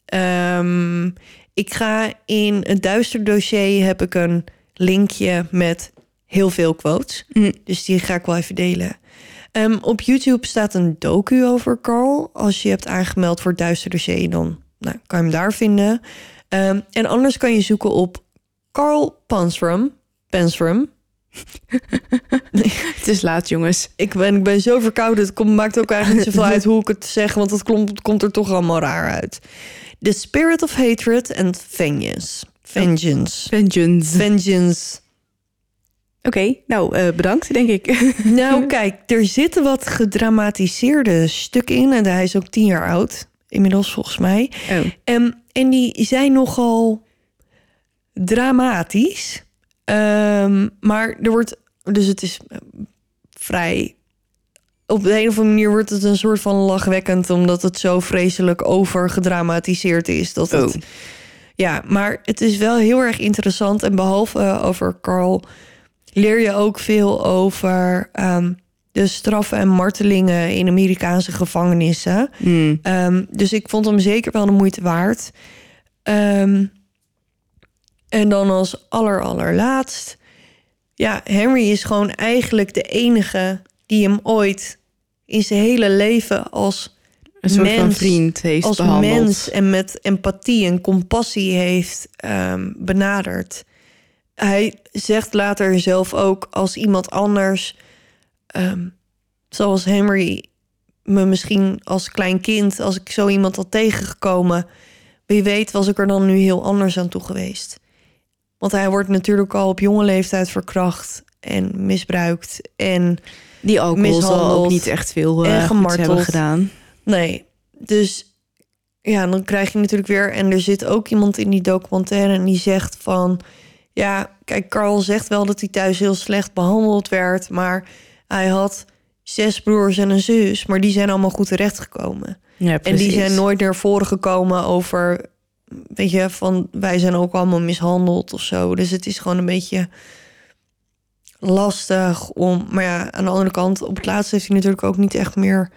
Ik ga in het duister dossier heb ik een linkje met heel veel quotes. Dus die ga ik wel even delen. Op YouTube staat een docu over Carl. Als je hebt aangemeld voor het duister dossier, dan kan je hem daar vinden. En anders kan je zoeken op Carl Pansrum. Het is laat, jongens. Ik ben zo verkouden. Het maakt ook eigenlijk niet zoveel uit hoe ik het zeg, want het komt er toch allemaal raar uit. The Spirit of Hatred and Vengeance. Oké, bedankt, denk ik. Nou, kijk, er zitten wat gedramatiseerde stukken in. En hij is ook 10 jaar oud, inmiddels volgens mij. Oh. En die zijn nogal dramatisch. Maar er wordt... Dus het is vrij... Op de een of andere manier wordt het een soort van lachwekkend, omdat het zo vreselijk overgedramatiseerd is. Dat het, ja, maar het is wel heel erg interessant. En behalve over Carl leer je ook veel over de straffen en martelingen in Amerikaanse gevangenissen. Dus ik vond hem zeker wel de moeite waard. En dan als allerlaatst... Ja, Henry is gewoon eigenlijk de enige die hem ooit in zijn hele leven als een soort van vriend heeft als behandeld. mens en met empathie en compassie heeft benaderd. Hij zegt later zelf ook, als iemand anders, zoals Henry, me misschien als klein kind, als ik zo iemand had tegengekomen, wie weet was ik er dan nu heel anders aan toe geweest. Want hij wordt natuurlijk al op jonge leeftijd verkracht en misbruikt en die alcohol zal ook niet echt veel hebben gedaan. Nee, dus ja, dan krijg je natuurlijk weer... En er zit ook iemand in die documentaire en die zegt van... Ja, kijk, Carl zegt wel dat hij thuis heel slecht behandeld werd, maar hij had 6 broers en een zus, maar die zijn allemaal goed terechtgekomen. Ja, en die zijn nooit naar voren gekomen over... Weet je, van wij zijn ook allemaal mishandeld of zo. Dus het is gewoon een beetje lastig om... Maar ja, aan de andere kant, op het laatst heeft hij natuurlijk ook niet echt meer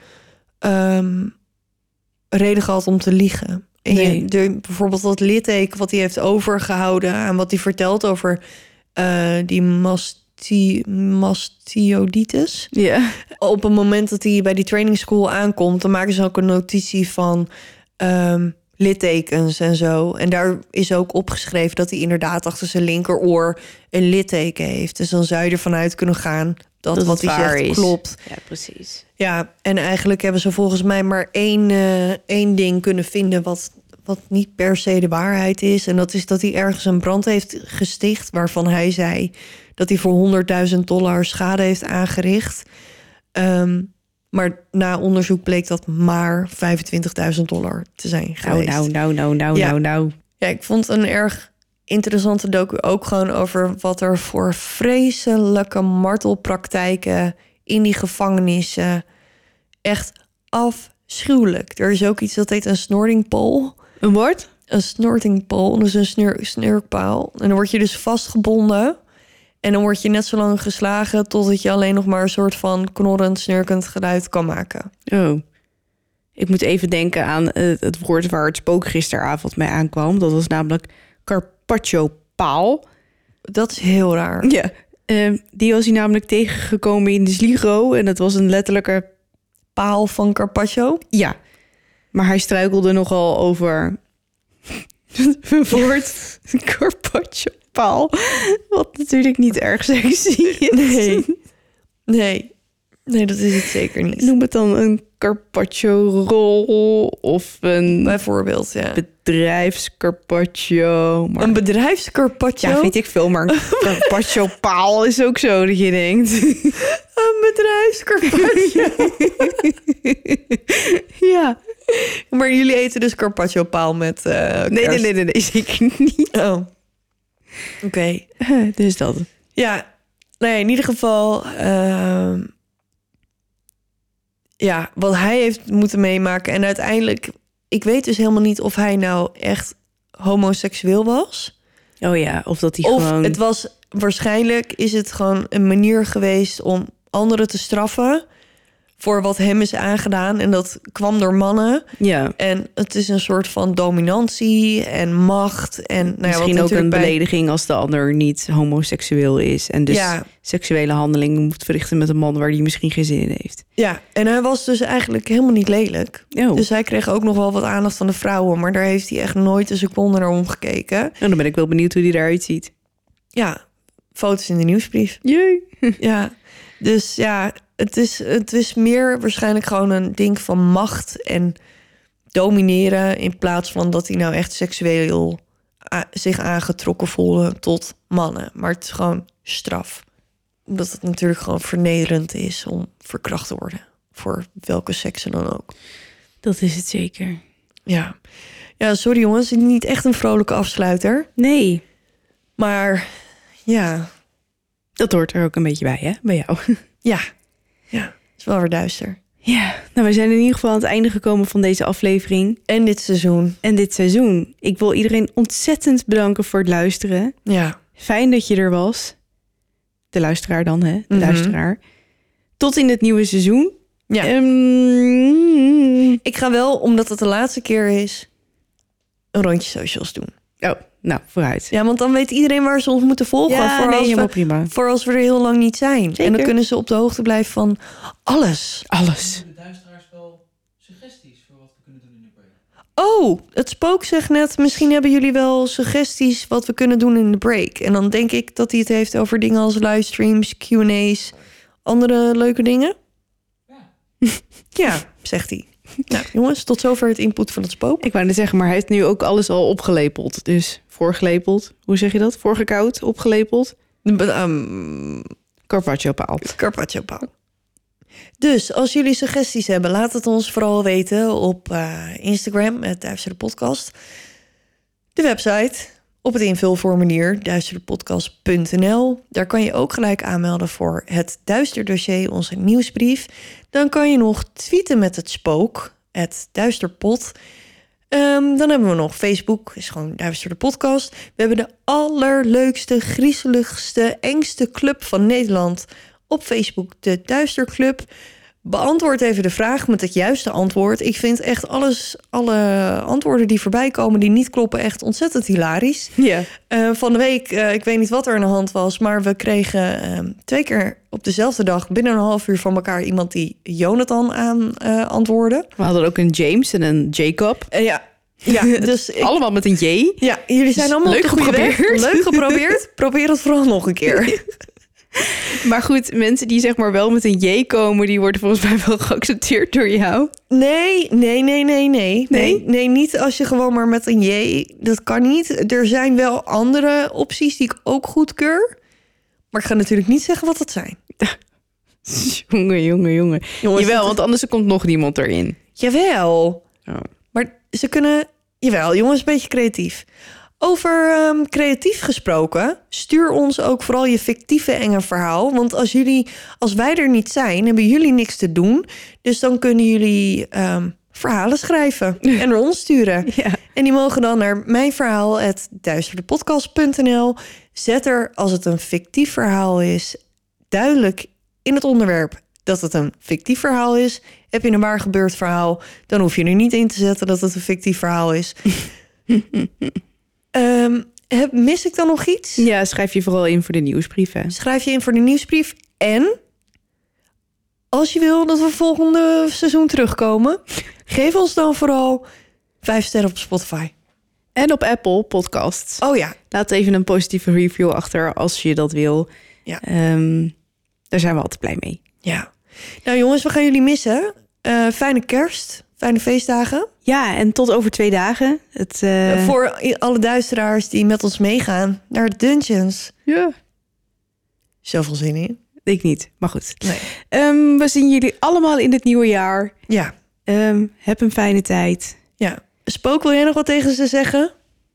reden gehad om te liegen. En Nee. bijvoorbeeld dat litteken wat hij heeft overgehouden en wat hij vertelt over die mastioditis. Ja. Op het moment dat hij bij die training school aankomt, dan maken ze ook een notitie van littekens en zo. En daar is ook opgeschreven dat hij inderdaad achter zijn linkeroor een litteken heeft. Dus dan zou je ervan uit kunnen gaan dat wat het hij waar zegt is. klopt. Ja, precies. Ja, en eigenlijk hebben ze volgens mij maar één ding kunnen vinden wat niet per se de waarheid is. En dat is dat hij ergens een brand heeft gesticht waarvan hij zei dat hij voor $100.000 schade heeft aangericht. Maar na onderzoek bleek dat maar $25.000 te zijn geweest. Nou. Ja, ik vond een erg interessante docu ook gewoon over wat er voor vreselijke martelpraktijken in die gevangenissen. Echt afschuwelijk. Er is ook iets dat heet een snortingpole. Een woord? Een snortingpole, dus een snurkpaal. En dan word je dus vastgebonden. En dan word je net zo lang geslagen totdat je alleen nog maar een soort van knorrend, snurkend geluid kan maken. Oh. Ik moet even denken aan het woord waar het spook gisteravond mee aankwam. Dat was namelijk carpaccio-paal. Dat is heel raar. Ja. Die was hij namelijk tegengekomen in de Sligo. En dat was een letterlijke... Paal van Carpaccio. Ja. Maar hij struikelde nogal over het woord carpaccio-paal. Wat natuurlijk niet erg sexy is. Nee, dat is het zeker niet. Noem het dan een carpaccio-rol of een Bijvoorbeeld, ja. bedrijfscarpaccio. Maar... Een bedrijfscarpaccio? Ja, weet ik veel, maar een carpaccio-paal is ook zo dat je denkt. Een bedrijfscarpaccio. Ja. Maar jullie eten dus carpaccio-paal met kerst? Nee, zeker niet. Oh. Oké. Dus dat. Ja, nee, in ieder geval... ja, wat hij heeft moeten meemaken. En uiteindelijk... Ik weet dus helemaal niet of hij nou echt homoseksueel was. Oh ja, of dat hij Of gewoon... het was... Waarschijnlijk is het gewoon een manier geweest om anderen te straffen voor wat hem is aangedaan. En dat kwam door mannen. Ja. En het is een soort van dominantie en macht. En, nou ja, Misschien wat ook een natuurlijk belediging als de ander niet homoseksueel is. En dus Ja. seksuele handelingen moet verrichten met een man waar hij misschien geen zin in heeft. Ja, en hij was dus eigenlijk helemaal niet lelijk. Oh. Dus hij kreeg ook nog wel wat aandacht van de vrouwen. Maar daar heeft hij echt nooit een seconde naar omgekeken. En dan ben ik wel benieuwd hoe hij eruit ziet. Ja, foto's in de nieuwsbrief. Jee. Ja, dus ja, het is meer waarschijnlijk gewoon een ding van macht en domineren, in plaats van dat hij nou echt seksueel zich aangetrokken voelde tot mannen. Maar het is gewoon straf. Omdat het natuurlijk gewoon vernederend is om verkracht te worden. Voor welke seks dan ook. Dat is het zeker. Ja, ja, sorry jongens, het is niet echt een vrolijke afsluiter. Nee, Maar ja, dat hoort er ook een beetje bij, hè? Bij jou. ja, het is wel weer duister. Ja, nou, we zijn in ieder geval aan het einde gekomen van deze aflevering. En dit seizoen. En dit seizoen. Ik wil iedereen ontzettend bedanken voor het luisteren. Ja, Fijn dat je er was. De luisteraar dan, hè? De Mhm. luisteraar. Tot in het nieuwe seizoen. ja. Ik ga wel, omdat het de laatste keer is, een rondje socials doen. Oh, nou, vooruit. Ja, want dan weet iedereen waar ze ons moeten volgen. Ja, nee, helemaal prima. Voor als we er heel lang niet zijn. Zeker. En dan kunnen ze op de hoogte blijven van alles. Alles. De luisteraars wel suggesties voor wat we kunnen doen in de break. Oh, het spook zegt net, misschien hebben jullie wel suggesties wat we kunnen doen in de break. En dan denk ik dat hij het heeft over dingen als livestreams, Q&A's, andere leuke dingen. Ja, zegt hij. Nou, jongens, tot zover het input van het spook. Ik wou net zeggen, maar hij heeft nu ook alles al opgelepeld. Dus voorgelepeld. Hoe zeg je dat? Voorgekoud, opgelepeld. Carpaccio-paal. Carpaccio-paal. Dus als jullie suggesties hebben, laat het ons vooral weten op Instagram, @duisterdepodcast. De website, op het invulformulier, duisterdepodcast.nl. Daar kan je ook gelijk aanmelden voor het Duisterdossier, onze nieuwsbrief. Dan kan je nog tweeten met het spook, @duisterpod. Dan hebben we nog Facebook, is gewoon Duister de podcast. We hebben de allerleukste, griezeligste, engste club van Nederland op Facebook, de Duister Club. Beantwoord even de vraag met het juiste antwoord. Ik vind echt alle antwoorden die voorbij komen die niet kloppen echt ontzettend hilarisch. Ja. Van de week, ik weet niet wat er aan de hand was, maar we kregen 2 keer op dezelfde dag binnen een half uur van elkaar iemand die Jonathan aan antwoordde. We hadden ook een James en een Jacob. Ja, dus Allemaal met een J. ja, jullie zijn allemaal Leuk op de goede weg. geprobeerd. Leuk geprobeerd. Probeer het vooral nog een keer. Maar goed, mensen die zeg maar wel met een J komen, die worden volgens mij wel geaccepteerd door jou. Nee, niet als je gewoon maar met een J. Dat kan niet. Er zijn wel andere opties die ik ook goedkeur. Maar ik ga natuurlijk niet zeggen wat dat zijn. Jongen. Jongens, Jawel, want anders komt nog niemand erin. Jawel. Oh. Maar ze kunnen... Jawel, jongens, een beetje creatief. Over creatief gesproken, stuur ons ook vooral je fictieve enge verhaal. Want als wij er niet zijn, hebben jullie niks te doen. Dus dan kunnen jullie verhalen schrijven en ons sturen. Ja. En die mogen dan naar mijnverhaal@duisterdepodcast.nl. Zet er, als het een fictief verhaal is, duidelijk in het onderwerp dat het een fictief verhaal is. Heb je een waar gebeurd verhaal, dan hoef je er niet in te zetten dat het een fictief verhaal is. Mis ik dan nog iets? Ja, schrijf je vooral in voor de nieuwsbrieven. Schrijf je in voor de nieuwsbrief. En als je wil dat we volgende seizoen terugkomen, geef ons dan vooral 5 sterren op Spotify. En op Apple Podcasts. Oh ja. Laat even een positieve review achter als je dat wil. Ja. Daar zijn we altijd blij mee. Ja. Nou jongens, we gaan jullie missen. Fijne kerst. Fijne feestdagen. Ja, en tot over 2 dagen. Voor alle duisteraars die met ons meegaan naar de dungeons. Ja. Zoveel zin in. Ik niet, maar goed. Nee. We zien jullie allemaal in het nieuwe jaar. Ja. Heb een fijne tijd. Ja. Spook, wil jij nog wat tegen ze zeggen?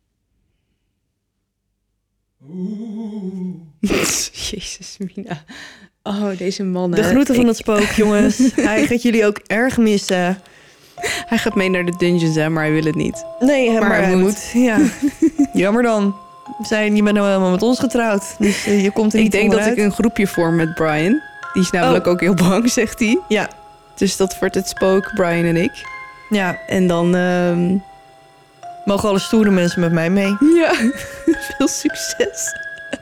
Jezus, Mina. Oh, deze mannen. De groeten van het spook, jongens. Hij gaat jullie ook erg missen. Hij gaat mee naar de dungeons, hè, maar hij wil het niet. Nee, Maar hij moet. Ja. Jammer dan. Je bent nou helemaal met ons getrouwd. Dus je komt er niet Ik denk dat onderuit. ik een groepje vorm met Brian. Die is namelijk ook heel bang, zegt hij. Ja. Dus dat wordt het spook, Brian en ik. Ja. En dan... Mogen alle stoere mensen met mij mee? Ja, veel succes.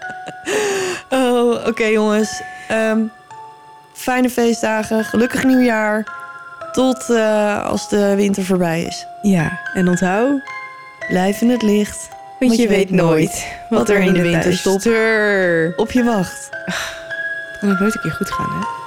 Oh, oké, jongens. Fijne feestdagen. Gelukkig nieuwjaar. Tot als de winter voorbij is. Ja, en onthoud... Blijf in het licht. Want je weet nooit wat er in de winter stopt. Op je wacht. Het kan ook nooit een keer goed gaan, hè?